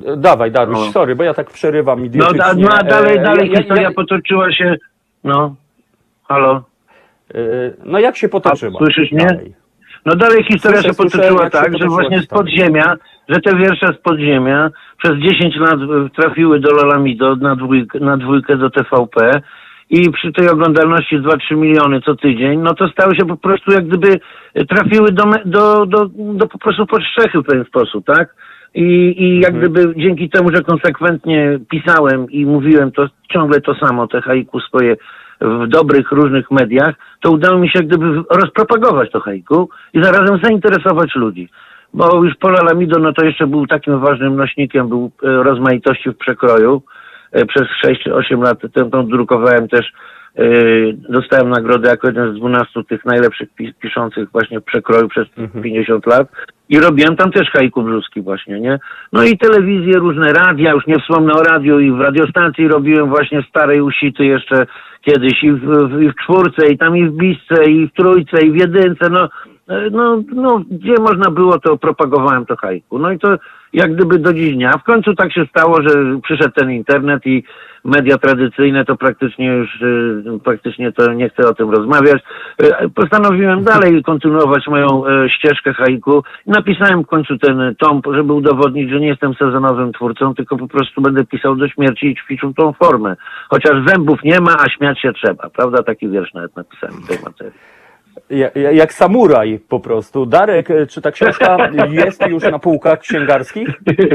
Dawaj, Daruś,
No.
sorry, bo ja tak przerywam
No,
idiotycznie.
a dalej
Ja-
historia potoczyła się, no, halo?
No jak się potoczyła?
A słyszysz mnie?
Dalej.
No dalej historia
Słyszę,
się potoczyła
jak się
tak, że
potoczyła
właśnie z
historia.
podziemia, że te wiersze z podziemia przez 10 lat trafiły do Lolamido na dwójkę do TVP i przy tej oglądalności 2-3 miliony co tydzień, no to stały się po prostu jak gdyby trafiły do po prostu pod strzechy w pewien sposób, tak? I jak gdyby dzięki temu, że konsekwentnie pisałem i mówiłem to ciągle to samo, te haiku swoje w dobrych, różnych mediach, to udało mi się jak gdyby rozpropagować to haiku i zarazem zainteresować ludzi. Bo już Pola Lamido, no to jeszcze był takim ważnym nośnikiem, był rozmaitości w przekroju. Przez 6-8 lat tą drukowałem też, dostałem nagrodę jako jeden z 12 tych najlepszych piszących właśnie w przekroju przez 50 lat. I robiłem tam też haiku brzuski właśnie, nie? No i telewizje, różne radia, już nie wspomnę o radiu, i w radiostacji robiłem właśnie starej Usity jeszcze kiedyś i w czwórce, i tam i w bisce, i w trójce, i w jedynce, no, gdzie można było, to propagowałem to haiku. No i to jak gdyby do dziś dnia. W końcu tak się stało, że przyszedł ten internet i media tradycyjne, to praktycznie to nie chcę o tym rozmawiać. Postanowiłem dalej kontynuować moją ścieżkę haiku. Napisałem w końcu ten tom, żeby udowodnić, że nie jestem sezonowym twórcą, tylko po prostu będę pisał do śmierci i ćwiczył tą formę. Chociaż zębów nie ma, a śmiać się trzeba. Prawda? Taki wiersz nawet napisałem w tej materii.
Jak samuraj po prostu. Darek, czy ta książka jest już na półkach księgarskich?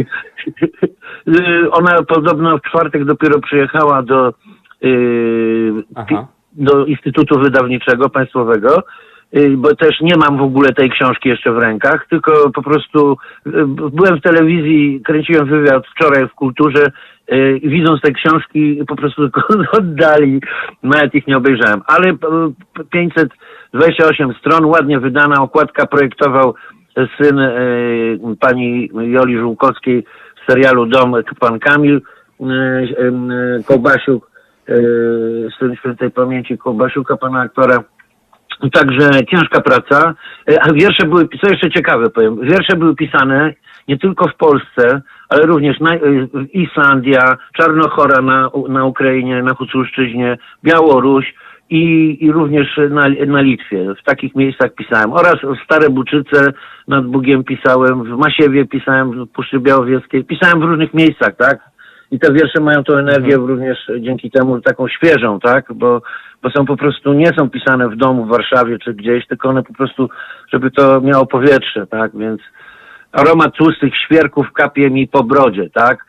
Ona podobno w czwartek dopiero przyjechała do Instytutu Wydawniczego Państwowego, bo też nie mam w ogóle tej książki jeszcze w rękach, tylko po prostu byłem w telewizji, kręciłem wywiad wczoraj w Kulturze, widząc te książki po prostu tylko oddali, nawet ich nie obejrzałem, ale 528 stron, ładnie wydana, okładka projektował syn pani Joli Żółkowskiej z serialu Dom, pan Kamil Kołbasiuk, syn świętej pamięci Kołbasiuka, pana aktora. Także ciężka praca, a wiersze były, co jeszcze ciekawe powiem, wiersze były pisane nie tylko w Polsce, ale również Islandia, Czarnochora na Ukrainie, na Huculszczyźnie, Białoruś i również na Litwie. W takich miejscach pisałem. Oraz w Stare Buczyce nad Bugiem pisałem, w Masiewie pisałem, w Puszczy Białowieskiej. Pisałem w różnych miejscach, tak? I te wiersze mają tą energię również dzięki temu taką świeżą, tak? Bo są po prostu, nie są pisane w domu w Warszawie czy gdzieś, tylko one po prostu, żeby to miało powietrze, tak? Więc aromat tłustych świerków kapie mi po brodzie, tak?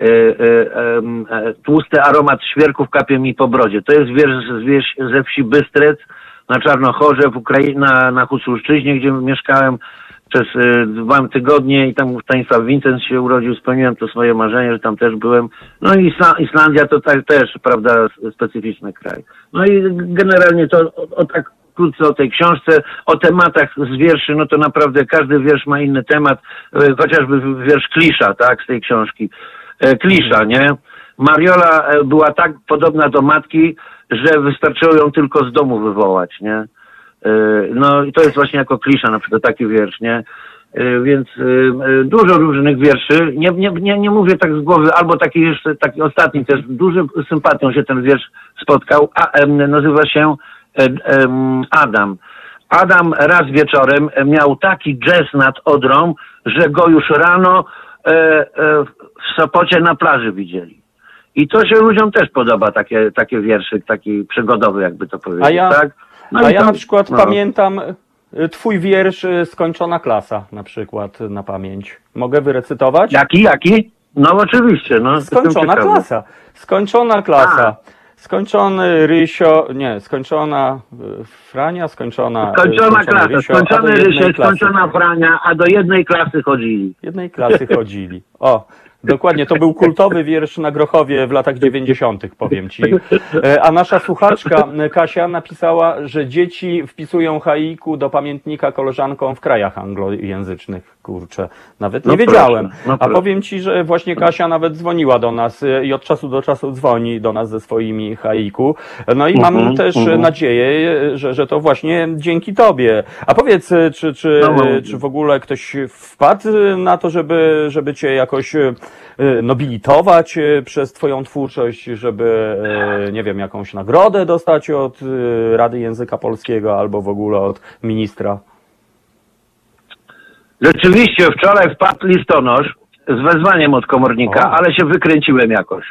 Tłusty aromat świerków kapie mi po brodzie. To jest wiersz ze wsi Bystrec na Czarnochorze w Ukrainie, na Huculszczyźnie, gdzie mieszkałem przez 2 tygodnie i tam Stanisław Wincent się urodził, spełniłem to swoje marzenie, że tam też byłem. No i Islandia to też, prawda, specyficzny kraj. No i generalnie to tak krótce o tej książce, o tematach z wierszy, no to naprawdę każdy wiersz ma inny temat, chociażby wiersz Klisza, tak, z tej książki. Klisza, nie? Mariola była tak podobna do matki, że wystarczyło ją tylko z domu wywołać, nie? No i to jest właśnie jako Klisza na przykład taki wiersz, nie? Więc dużo różnych wierszy, nie mówię tak z głowy, albo taki ostatni też, dużą sympatią się ten wiersz spotkał, nazywa się Adam. Adam raz wieczorem miał taki jazz nad Odrą, że go już rano w Sopocie na plaży widzieli. I to się ludziom też podoba, takie wierszyk, taki przygodowy, jakby to powiedzieć, tak? No
ja na przykład pamiętam twój wiersz Skończona klasa, na przykład na pamięć. Mogę wyrecytować?
Jaki? No oczywiście. No,
Skończona klasa. Skończona klasa. Skończony Rysio, nie, skończona Frania, skończona
klasa,
Rysio,
skończony Rysio, skończona Frania, a do jednej klasy chodzili.
Jednej klasy chodzili. O, dokładnie, to był kultowy wiersz na Grochowie w latach 90., powiem ci. A nasza słuchaczka Kasia napisała, że dzieci wpisują haiku do pamiętnika koleżankom w krajach anglojęzycznych. Kurczę, nawet nie wiedziałem. A powiem ci, że właśnie Kasia nawet dzwoniła do nas i od czasu do czasu dzwoni do nas ze swoimi haiku. No i mam też nadzieję, że to właśnie dzięki tobie. A powiedz, czy w ogóle ktoś wpadł na to, żeby cię jakoś nobilitować przez twoją twórczość, żeby, nie wiem, jakąś nagrodę dostać od Rady Języka Polskiego albo w ogóle od ministra?
Rzeczywiście, wczoraj wpadł listonosz z wezwaniem od komornika, ale się wykręciłem jakoś.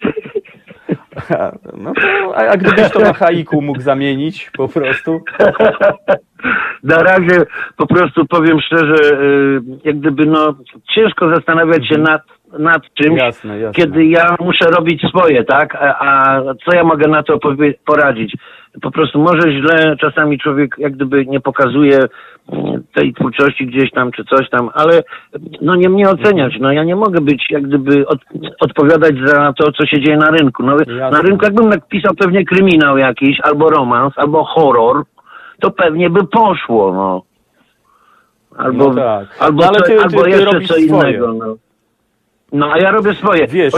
No to, a gdybyś to na haiku mógł zamienić po prostu?
Na razie po prostu powiem szczerze, jak gdyby ciężko zastanawiać się nad czymś,
Jasne.
kiedy ja muszę robić swoje, tak? A co ja mogę na to poradzić? Po prostu może źle czasami człowiek jak gdyby nie pokazuje tej twórczości gdzieś tam czy coś tam, ale nie mnie oceniać. Ja nie mogę być jak gdyby odpowiadać za to, co się dzieje na rynku. Na rynku jakbym napisał pewnie kryminał jakiś, albo romans, albo horror, to pewnie by poszło, Albo,
tak.
albo,
ale ty
jeszcze
robisz
co
swoje.
innego. A ja robię swoje.
Wiesz,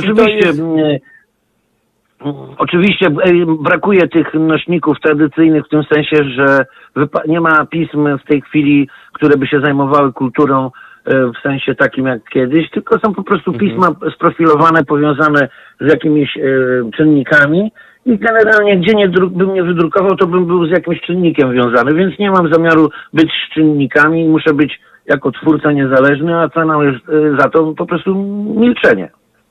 Oczywiście brakuje tych nośników tradycyjnych w tym sensie, że nie ma pism w tej chwili, które by się zajmowały kulturą w sensie takim jak kiedyś, tylko są po prostu pisma sprofilowane, powiązane z jakimiś czynnikami i generalnie gdzie bym nie wydrukował, to bym był z jakimś czynnikiem wiązany, więc nie mam zamiaru być z czynnikami, muszę być jako twórca niezależny, a ceną jest za to po prostu milczenie.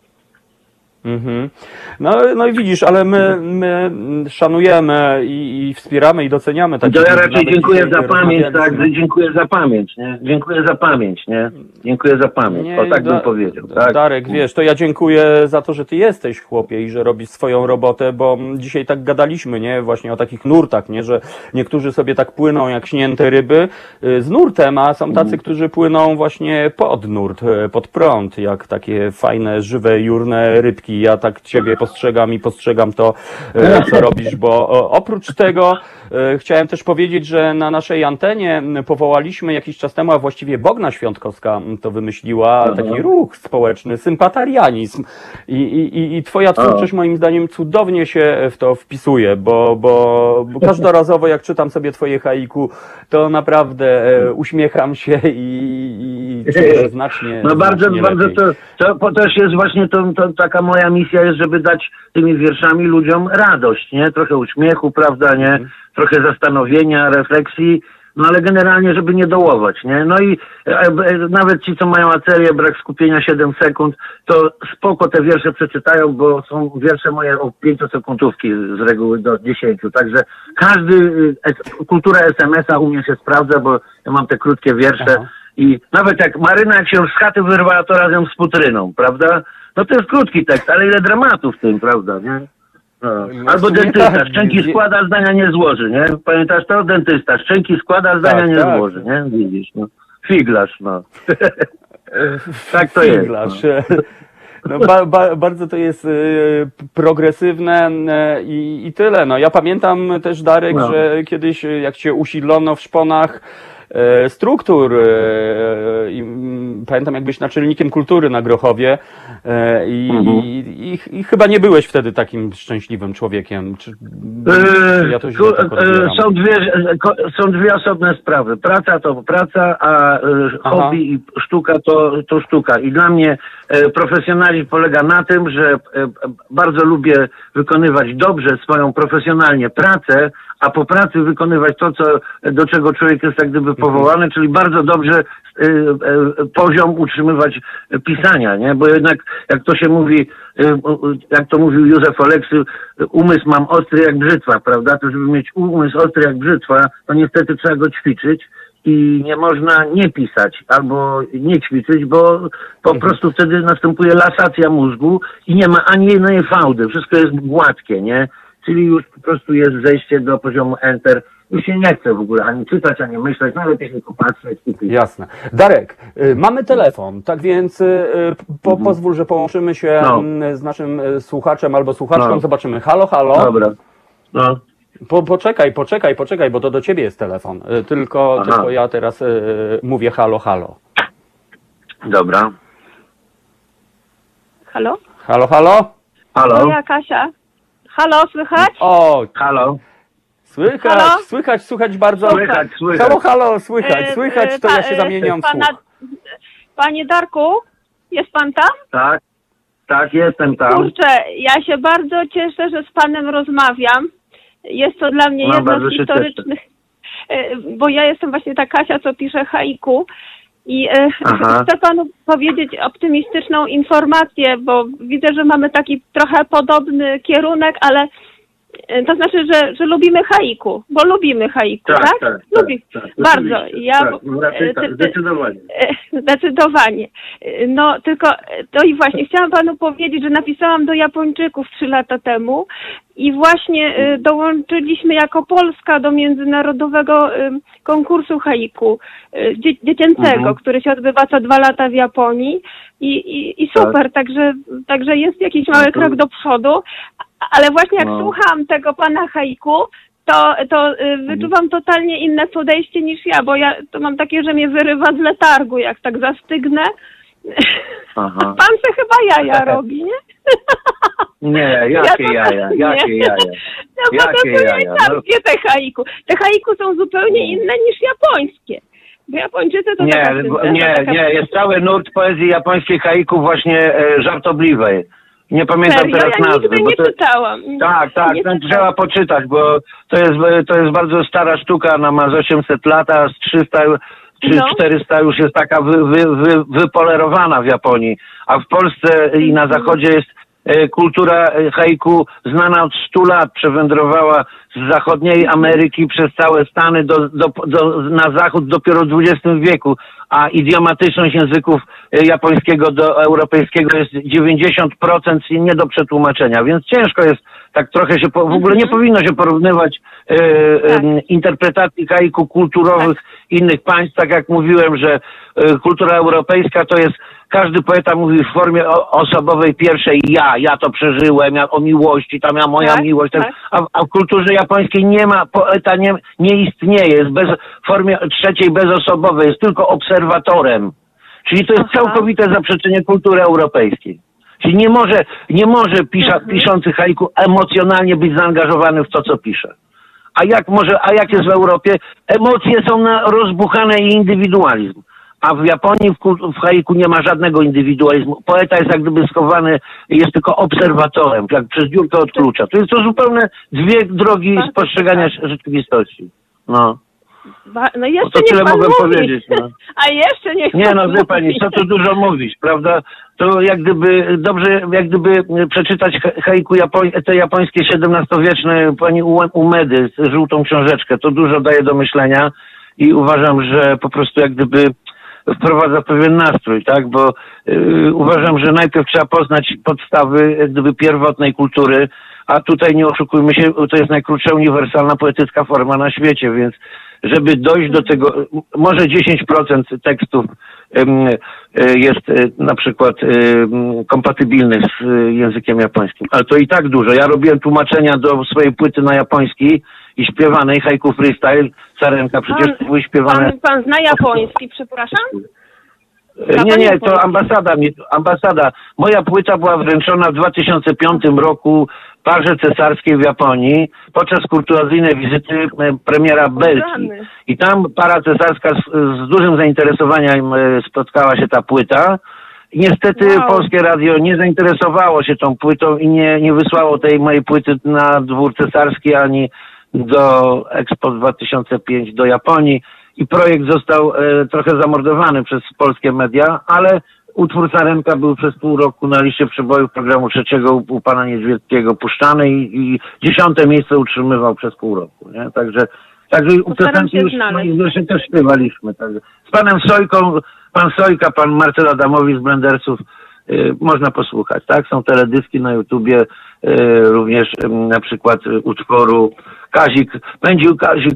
No i widzisz, ale my szanujemy i wspieramy i doceniamy takie.
To ja raczej dziękuję za pamięć, tak? Dziękuję za pamięć, nie? Dziękuję za pamięć, nie? Dziękuję za pamięć. Tak bym powiedział, tak?
Darek, wiesz, to ja dziękuję za to, że ty jesteś, chłopie, i że robisz swoją robotę, bo dzisiaj tak gadaliśmy, nie? Właśnie o takich nurtach, nie? Że niektórzy sobie tak płyną jak śnięte ryby z nurtem, a są tacy, którzy płyną właśnie pod nurt, pod prąd, jak takie fajne, żywe, jurne rybki. Ja tak ciebie postrzegam i postrzegam to, co robisz, bo oprócz tego chciałem też powiedzieć, że na naszej antenie powołaliśmy jakiś czas temu, a właściwie Bogna Świątkowska to wymyśliła, taki ruch społeczny, sympatarianizm. I twoja twórczość moim zdaniem cudownie się w to wpisuje, bo każdorazowo jak czytam sobie twoje haiku, to naprawdę uśmiecham się i czuję się znacznie
bardzo
lepiej.
to też jest właśnie to taka moja misja jest, żeby dać tymi wierszami ludziom radość, nie? Trochę uśmiechu, prawda, nie? Trochę zastanowienia, refleksji, ale generalnie, żeby nie dołować, nie? I nawet ci, co mają acelię, brak skupienia 7 sekund, to spoko te wiersze przeczytają, bo są wiersze moje o 5-sekundówki z reguły do 10, także kultura SMS-a u mnie się sprawdza, bo ja mam te krótkie wiersze i nawet jak Maryna, jak się z chaty wyrwała, to razem z futryną, prawda? To jest krótki tekst, ale ile dramatu w tym, prawda, nie? Albo dentysta,
tak.
szczęki składa, zdania nie złoży, nie? Pamiętasz to? Dentysta, szczęki składa, zdania nie złoży, nie? Widzisz, Figlarz, Tak to
Figlarz. Bardzo to jest progresywne i tyle. Ja pamiętam też, Darek, że kiedyś jak cię usiedlono w szponach struktur i pamiętam, jak byłeś naczelnikiem kultury na Grochowie i chyba nie byłeś wtedy takim szczęśliwym człowiekiem. Czy ja to źle tak odbieram?
Są dwie osobne sprawy. Praca to praca, a hobby i sztuka to sztuka. I dla mnie profesjonalizm polega na tym, że bardzo lubię wykonywać dobrze swoją profesjonalnie pracę, a po pracy wykonywać to, do czego człowiek jest jak gdyby powołany, czyli bardzo dobrze poziom utrzymywać pisania, nie? Bo jednak, jak to się mówi, jak to mówił Józef Oleksy, umysł mam ostry jak brzytwa, prawda? To żeby mieć umysł ostry jak brzytwa, to niestety trzeba go ćwiczyć i nie można nie pisać albo nie ćwiczyć, bo po prostu wtedy następuje lasacja mózgu i nie ma ani jednej fałdy, wszystko jest gładkie, nie? Czyli już po prostu jest zejście do poziomu enter. Już się nie chce w ogóle ani czytać, ani myśleć, nawet jeśli popatrzeć.
Jasne. Darek, mamy telefon, tak więc pozwól, że połączymy się z naszym słuchaczem albo słuchaczką. Zobaczymy. Halo, halo.
Dobra.
Poczekaj, bo to do ciebie jest telefon. Tylko ja teraz mówię halo, halo.
Dobra.
Halo?
Halo, halo?
Halo?
To ja, Kasia. Halo, słychać?
O,
Halo?
Słychać bardzo.
Słychać.
Halo, słychać, to ja się zamieniam w słuch.
Panie Darku, Jest pan tam?
Tak, jestem tam.
Kurczę, ja się bardzo cieszę, że z panem rozmawiam. Jest to dla mnie jedno
bardzo
z
się
historycznych... Bo ja jestem właśnie ta Kasia, co pisze haiku. I
Aha.
chcę panu powiedzieć optymistyczną informację, bo widzę, że mamy taki trochę podobny kierunek, ale to znaczy, że lubimy haiku, bo lubimy haiku, tak? Bardzo.
Zdecydowanie.
Zdecydowanie. No tylko, to i właśnie chciałam panu powiedzieć, że napisałam do Japończyków 3 lata temu i właśnie dołączyliśmy jako Polska do międzynarodowego konkursu haiku dziecięcego, który się odbywa co 2 lata w Japonii i super, także jest jakiś mały krok do przodu, ale właśnie jak słucham tego pana haiku, to wyczuwam totalnie inne podejście niż ja, bo ja to mam takie, że mnie wyrywa z letargu, jak tak zastygnę.
Aha.
A pan se chyba jaja robi, nie?
Nie, jakie jaja?
No bo to jaja? Te haiku. Te haiku są zupełnie inne niż japońskie. Bo Japończycy to
Nie, jest cały nurt poezji japońskiej haiku właśnie żartobliwej. Nie pamiętam
serio?
teraz
Ja
nazwy.
nigdy nie czytałam.
Tak, trzeba poczytać, bo to jest bardzo stara sztuka, ona ma z 800 lat, a z 300 czy 400 już jest taka wypolerowana w Japonii, a w Polsce i na zachodzie jest kultura haiku znana od 100 lat, przewędrowała z zachodniej Ameryki przez całe Stany na zachód dopiero w XX wieku, a idiomatyczność języków japońskiego do europejskiego jest 90% nie do przetłumaczenia, więc ciężko jest tak trochę się, w ogóle nie powinno się porównywać interpretacji haiku kulturowych innych państw, tak jak mówiłem, że kultura europejska to jest, każdy poeta mówi w formie osobowej pierwszej ja to przeżyłem, o miłości, tam moja miłość, a w kulturze japońskiej nie ma, poeta nie istnieje, jest w formie trzeciej bezosobowej, jest tylko obserwatorem. Czyli to jest całkowite zaprzeczenie kultury europejskiej. Czyli nie może piszący haiku emocjonalnie być zaangażowany w to, co pisze. A jak jest w Europie? Emocje są rozbuchane i indywidualizm. A w Japonii w haiku nie ma żadnego indywidualizmu. Poeta jest jak gdyby schowany, jest tylko obserwatorem, jak przez dziurkę od klucza. To jest to zupełnie dwie drogi postrzegania rzeczywistości. No
jeszcze
to
niech
tyle
pan
mogłem
mówi.
powiedzieć. No.
A jeszcze niech
Nie
pan
wie pani,
mówi.
co tu dużo mówić, prawda? To jak gdyby dobrze, przeczytać haiku te japońskie XVII-wieczne pani Umedy, żółtą książeczkę. To dużo daje do myślenia i uważam, że po prostu jak gdyby wprowadza pewien nastrój, tak? Bo uważam, że najpierw trzeba poznać podstawy jak gdyby pierwotnej kultury, a tutaj nie oszukujmy się, to jest najkrótsza uniwersalna poetycka forma na świecie, więc żeby dojść do tego, może 10% tekstów jest na przykład kompatybilnych z językiem japońskim, ale to i tak dużo. Ja robiłem tłumaczenia do swojej płyty na japoński i śpiewanej haiku freestyle, Sarenka, przecież były śpiewane...
Pan zna japoński, przepraszam?
Nie, to ambasada. Moja płyta była wręczona w 2005 roku parze cesarskiej w Japonii podczas kurtuazyjnej wizyty premiera Belki. I tam para cesarska z dużym zainteresowaniem spotkała się ta płyta. I niestety Polskie Radio nie zainteresowało się tą płytą i nie wysłało tej mojej płyty na dwór cesarski ani do Expo 2005 do Japonii. I projekt został trochę zamordowany przez polskie media, ale utwór Sarenka był przez pół roku na liście przebojów programu trzeciego u pana Niedźwieckiego puszczany i 10. miejsce utrzymywał przez pół roku. Nie? Także piosenki już zresztą też śpiewaliśmy. Także. Z panem Sojką, pan Sojka, pan Marcel Adamowicz z Blendersów można posłuchać. Tak? Są teledyski na YouTubie, również na przykład utworu Pędził Kazik,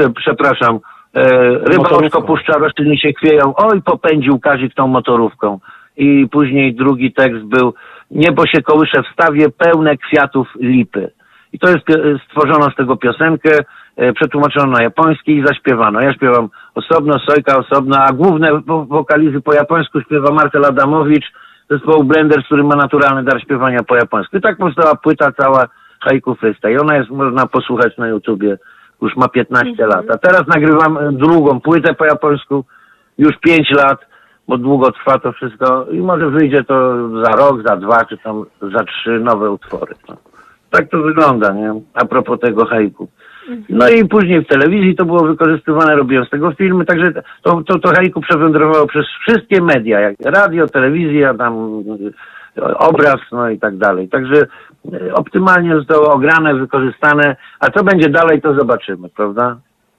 ryba puszcza, rośliny się chwieją, oj popędził Kazik tą motorówką. I później drugi tekst był niebo się kołysze w stawie pełne kwiatów lipy. I to jest stworzono z tego piosenkę, przetłumaczono na japoński i zaśpiewano. Ja śpiewam osobno, Sojka osobno, a główne wokalizy po japońsku śpiewa Marcel Adamowicz, zespołu Blender, który ma naturalny dar śpiewania po japońsku. I tak powstała płyta cała haiku freestyle. I ona jest, można posłuchać na YouTubie. Już ma 15 lat. A teraz nagrywam drugą płytę po japońsku, już 5 lat. bo długo trwa to wszystko i może wyjdzie to za rok, za 2, czy tam za 3 nowe utwory. No. Tak to wygląda, nie? A propos tego haiku. No i później w telewizji to było wykorzystywane, robiłem z tego filmy, także to haiku przewędrowało przez wszystkie media, jak radio, telewizja, tam obraz, no i tak dalej. Także optymalnie zostało ograne, wykorzystane, a co będzie dalej, to zobaczymy, prawda?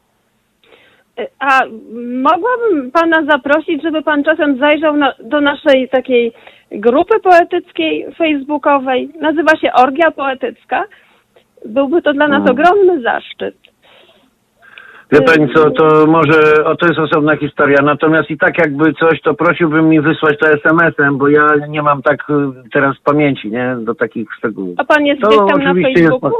A mogłabym pana zaprosić, żeby pan czasem zajrzał do naszej takiej grupy poetyckiej facebookowej. Nazywa się Orgia Poetycka. Byłby to dla nas ogromny zaszczyt.
Wie pani co, to może, to jest osobna historia, natomiast i tak jakby coś, to prosiłbym mi wysłać to SMS-em, bo ja nie mam tak teraz pamięci, nie, do takich szczegółów.
A pan jest
To
gdzieś tam na
oczywiście
Facebooku?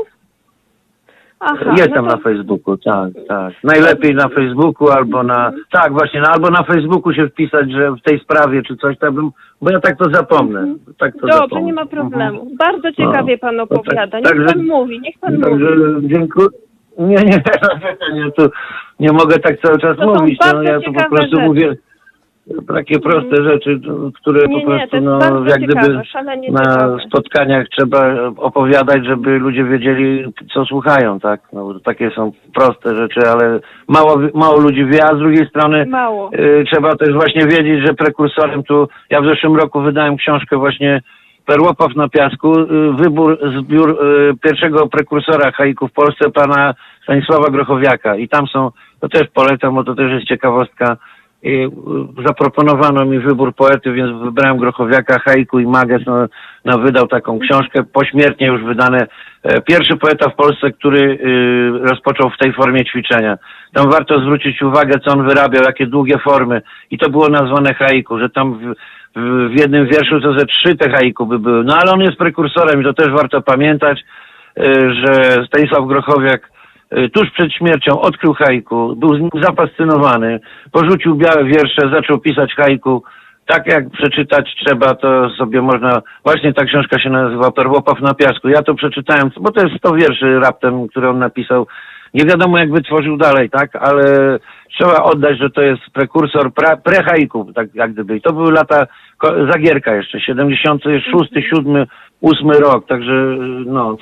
Aha,
Jestem
no to...
na Facebooku, tak. Najlepiej na Facebooku albo na... Tak, właśnie, albo na Facebooku się wpisać, że w tej sprawie czy coś tam, bo ja tak to zapomnę. Tak to
Dobrze,
zapomnę.
nie ma problemu. Bardzo ciekawie pan opowiada. Niech
Także-
pan mówi, niech pan
Także
mówi.
dziękuję. Nie, tu nie mogę tak cały czas
To są
mówić.
bardzo
Ja tu po
ciekawe
prostu
rzeczy.
mówię takie proste rzeczy, które
Nie,
po prostu
to jest bardzo
jak gdyby
ciekawe, szalenie
na
ciekawe.
spotkaniach trzeba opowiadać, żeby ludzie wiedzieli, co słuchają, tak? No, takie są proste rzeczy, ale mało ludzi wie, a z drugiej strony
Mało.
trzeba też właśnie wiedzieć, że prekursorem tu, ja w zeszłym roku wydałem książkę właśnie Perłopaw na piasku, zbiór pierwszego prekursora haiku w Polsce, pana Stanisława Grochowiaka. I tam są, to też polecam, bo to też jest ciekawostka. I zaproponowano mi wybór poety, więc wybrałem Grochowiaka, haiku i Mages, wydał taką książkę, pośmiertnie już wydane. Pierwszy poeta w Polsce, który rozpoczął w tej formie ćwiczenia. Tam warto zwrócić uwagę, co on wyrabiał, jakie długie formy. I to było nazwane haiku, że tam w jednym wierszu to ze 3 te haiku by były. No ale on jest prekursorem i to też warto pamiętać, że Stanisław Grochowiak tuż przed śmiercią odkrył haiku, był z nim zafascynowany, porzucił białe wiersze, zaczął pisać haiku. Tak jak przeczytać trzeba, to sobie można... Właśnie ta książka się nazywa Perłopaw na piasku. Ja to przeczytałem, bo to jest 100 wierszy raptem, które on napisał. Nie wiadomo jak wytworzył dalej, tak? Ale trzeba oddać, że to jest prekursor pre-haiku, tak jak gdyby. I to były lata Zagierka jeszcze, 76, 7, 8 rok. Także no,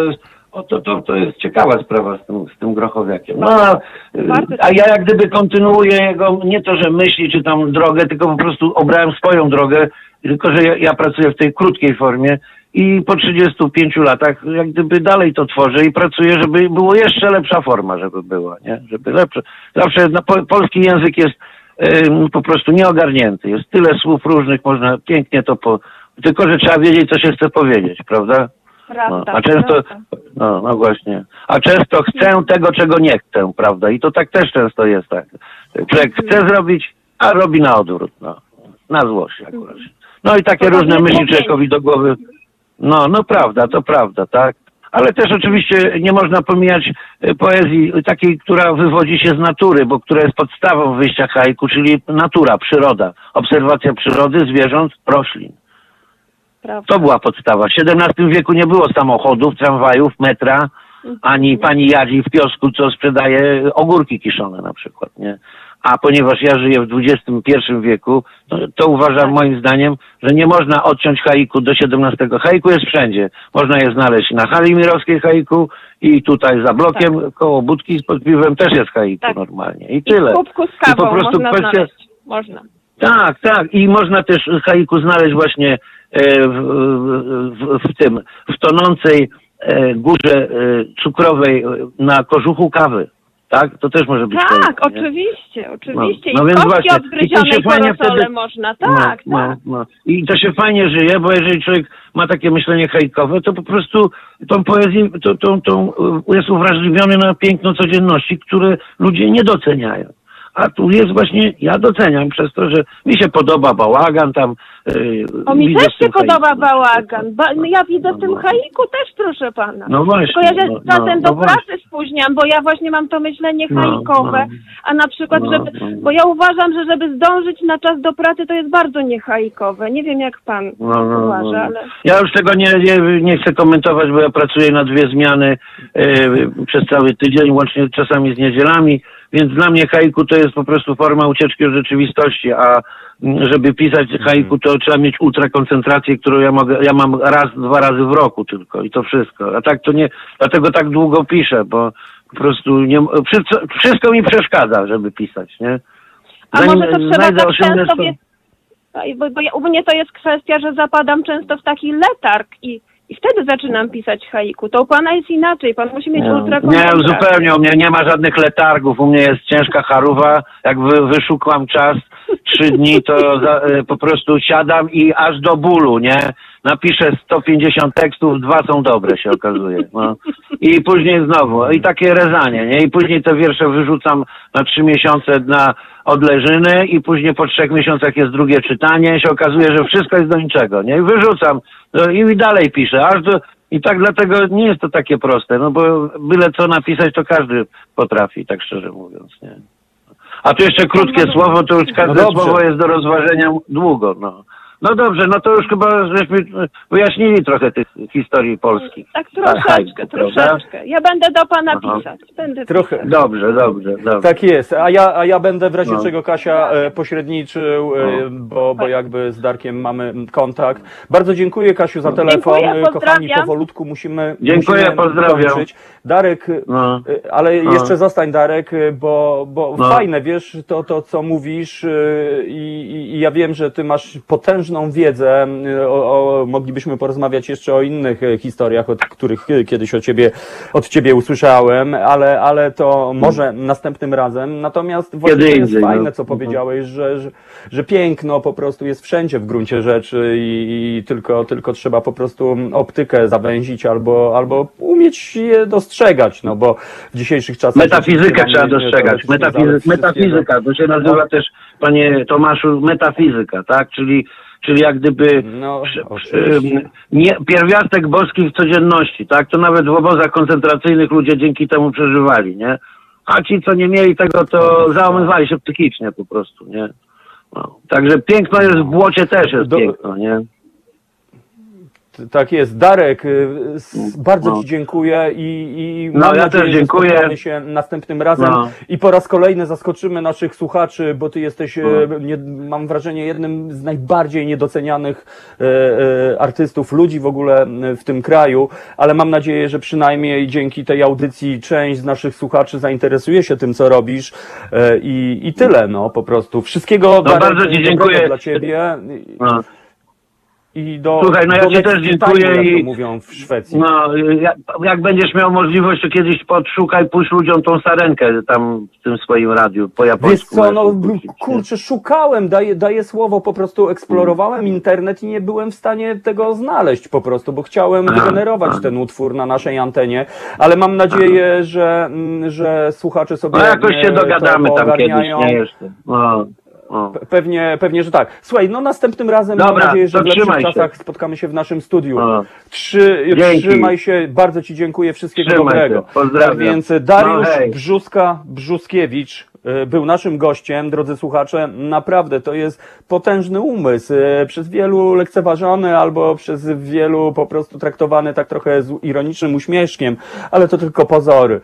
to jest ciekawa sprawa z tym Grochowiakiem. No, a ja jak gdyby kontynuuję jego, nie to, że myśli czy tam drogę, tylko po prostu obrałem swoją drogę, tylko że ja pracuję w tej krótkiej formie i po 35 latach jak gdyby dalej to tworzę i pracuję, żeby było jeszcze lepsza forma, żeby była, nie? Żeby lepsze. Zawsze polski język jest po prostu nieogarnięty. Jest tyle słów różnych, można pięknie to tylko że trzeba wiedzieć, co się chce powiedzieć, prawda?
Prawda,
A często,
prawda.
no właśnie, a często chcę tego, czego nie chcę, prawda? I to tak też często jest tak. Człowiek chce zrobić, a robi na odwrót, no. Na złość akurat. No i takie
To
różne
tak
myśli
nie
człowiekowi do głowy. No prawda, to prawda, tak. Ale też oczywiście nie można pomijać poezji takiej, która wywodzi się z natury, bo która jest podstawą wyjścia haiku, czyli natura, przyroda. Obserwacja przyrody, zwierząt, roślin.
Prawda.
To była podstawa. W XVII wieku nie było samochodów, tramwajów, metra, ani pani Jadzi w kiosku, co sprzedaje ogórki kiszone na przykład, nie? A ponieważ ja żyję w XXI wieku, to uważam moim zdaniem, że nie można odciąć haiku do XVII. Haiku jest wszędzie. Można je znaleźć na hali mirowskiej haiku i tutaj za blokiem, koło budki pod piwem też jest haiku normalnie. I tyle.
W kubku z kawą
I po prostu
można znaleźć. Można.
Tak. I można też haiku znaleźć właśnie w tonącej górze cukrowej na kożuchu kawy. Tak? To też może być
Tak,
haiku, nie?
oczywiście.
No
I
więc
kostki
właśnie.
odgryzionej
I to się fajnie
porosole
wtedy...
można, tak.
I to się fajnie żyje, bo jeżeli człowiek ma takie myślenie hajkowe, to po prostu tą poezję jest uwrażliwiony na piękno codzienności, które ludzie nie doceniają. A tu jest właśnie, ja doceniam przez to, że mi się podoba bałagan tam.
Mi też się podoba
haiku.
bałagan. Ja widzę w tym haiku też, proszę pana.
No właśnie.
Tylko ja się czasem do pracy spóźniam, bo ja właśnie mam to myślenie haikowe, a na przykład, bo ja uważam, że żeby zdążyć na czas do pracy, to jest bardzo niehaikowe. Nie wiem jak pan uważa, ale...
Ja już tego nie chcę komentować, bo ja pracuję na 2 zmiany przez cały tydzień, łącznie czasami z niedzielami, Więc dla mnie haiku to jest po prostu forma ucieczki od rzeczywistości, a żeby pisać haiku, to trzeba mieć ultrakoncentrację, którą ja mam raz, 2 razy w roku tylko i to wszystko. A tak to nie, dlatego tak długo piszę, bo po prostu wszystko mi przeszkadza, żeby pisać, nie?
A może to trzeba
znajdę
tak
osiągnę
często, u mnie to jest kwestia, że zapadam często w taki letarg i wtedy zaczynam pisać haiku. To u pana jest inaczej, pan musi mieć
Nie,
ultrakoncentrację.
zupełnie, u mnie nie ma żadnych letargów, u mnie jest ciężka charuwa, jak wyszukam czas, 3 dni, to po prostu siadam i aż do bólu, nie? Napiszę 150 tekstów, 2 są dobre, się okazuje. No. I później znowu, i takie rezanie, nie? I później te wiersze wyrzucam na 3 miesiące na odleżyny i później po 3 miesiącach jest drugie czytanie, się okazuje, że wszystko jest do niczego, nie? I wyrzucam i dalej piszę, i tak dlatego nie jest to takie proste, no bo byle co napisać, to każdy potrafi, tak szczerze mówiąc, nie? A tu jeszcze krótkie słowo, to już każde słowo jest do rozważenia długo, no. No dobrze, no to już chyba żeśmy wyjaśnili trochę tych historii polskich.
Tak troszeczkę, troszeczkę. Ja będę do pana pisać.
Trochę.
Dobrze.
Tak jest, a ja będę w razie czego, Kasia, pośredniczył, bo jakby z Darkiem mamy kontakt. Bardzo dziękuję, Kasiu, za telefon.
Dziękuję,
kochani, powolutku musimy
pozdrawiam.
kończyć. Darek, ale jeszcze zostań, Darek, bo fajne, wiesz, to co mówisz i ja wiem, że ty masz potężną wiedzę, moglibyśmy porozmawiać jeszcze o innych historiach, od których kiedyś od ciebie usłyszałem, ale to może następnym razem. Natomiast właśnie to jest fajne, co powiedziałeś, że piękno po prostu jest wszędzie w gruncie rzeczy i tylko trzeba po prostu optykę zawęzić albo umieć je dostrzegać, no bo w dzisiejszych czasach...
Metafizykę trzeba dostrzegać. Metafizyka, to się nazywa też, panie Tomaszu, metafizyka, tak? Czyli jak gdyby pierwiastek boski w codzienności, tak? To nawet w obozach koncentracyjnych ludzie dzięki temu przeżywali, nie? A ci, co nie mieli tego, to załamywali się psychicznie po prostu, nie? No. Także piękno jest w błocie, też jest piękno, nie?
Tak jest. Darek, bardzo Ci dziękuję i mam nadzieję, że spotkamy się następnym razem i po raz kolejny zaskoczymy naszych słuchaczy, bo Ty jesteś, mam wrażenie, jednym z najbardziej niedocenianych artystów, ludzi w ogóle w tym kraju, ale mam nadzieję, że przynajmniej dzięki tej audycji część z naszych słuchaczy zainteresuje się tym, co robisz i tyle, no po prostu. Wszystkiego
bardzo Ci dziękuję
dla Ciebie. I
Słuchaj, no ja Ci też dziękuję
jak to mówią w Szwecji.
No, jak będziesz miał możliwość, to kiedyś puść ludziom tą sarenkę tam w tym swoim radiu po japońsku.
Wiesz co, no kurczę, szukałem, daję słowo, po prostu eksplorowałem internet i nie byłem w stanie tego znaleźć po prostu, bo chciałem wygenerować ten utwór na naszej antenie, ale mam nadzieję, że słuchacze sobie
jakoś się dogadamy
to
tam kiedyś, nie jeszcze.
Pewnie, że tak. Słuchaj, no następnym razem mam nadzieję, że w lepszych czasach spotkamy się w naszym studiu. Trzymaj się, bardzo Ci dziękuję, wszystkiego dobrego.
Pozdrawiam.
Więc Dariusz Brzuska-Brzuskiewicz był naszym gościem, drodzy słuchacze. Naprawdę to jest potężny umysł, przez wielu lekceważony albo przez wielu po prostu traktowany tak trochę z ironicznym uśmieszkiem, ale to tylko pozory.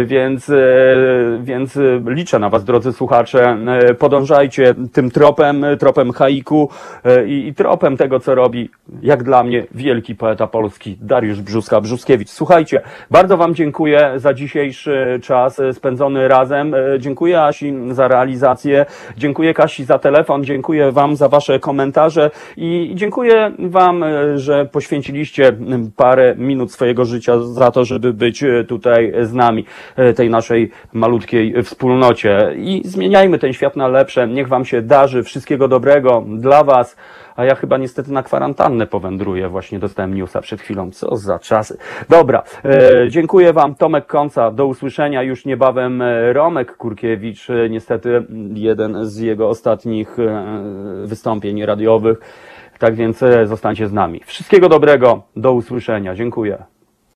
Więc liczę na Was, drodzy słuchacze. Podążajcie tym tropem haiku i tropem tego, co robi, jak dla mnie, wielki poeta polski Dariusz Brzuska-Brzuskiewicz. Słuchajcie, bardzo Wam dziękuję za dzisiejszy czas spędzony razem. Dziękuję Kasi za realizację, dziękuję Kasi za telefon, dziękuję Wam za Wasze komentarze i dziękuję Wam, że poświęciliście parę minut swojego życia za to, żeby być tutaj z nami, tej naszej malutkiej wspólnocie. I zmieniajmy ten świat na lepsze. Niech Wam się darzy. Wszystkiego dobrego dla Was. A ja chyba niestety na kwarantannę powędruję. Właśnie dostałem newsa przed chwilą. Co za czasy. Dobra. Dziękuję Wam. Tomek Konca. Do usłyszenia już niebawem. Romek Kurkiewicz. Niestety jeden z jego ostatnich wystąpień radiowych. Tak więc zostańcie z nami. Wszystkiego dobrego. Do usłyszenia. Dziękuję.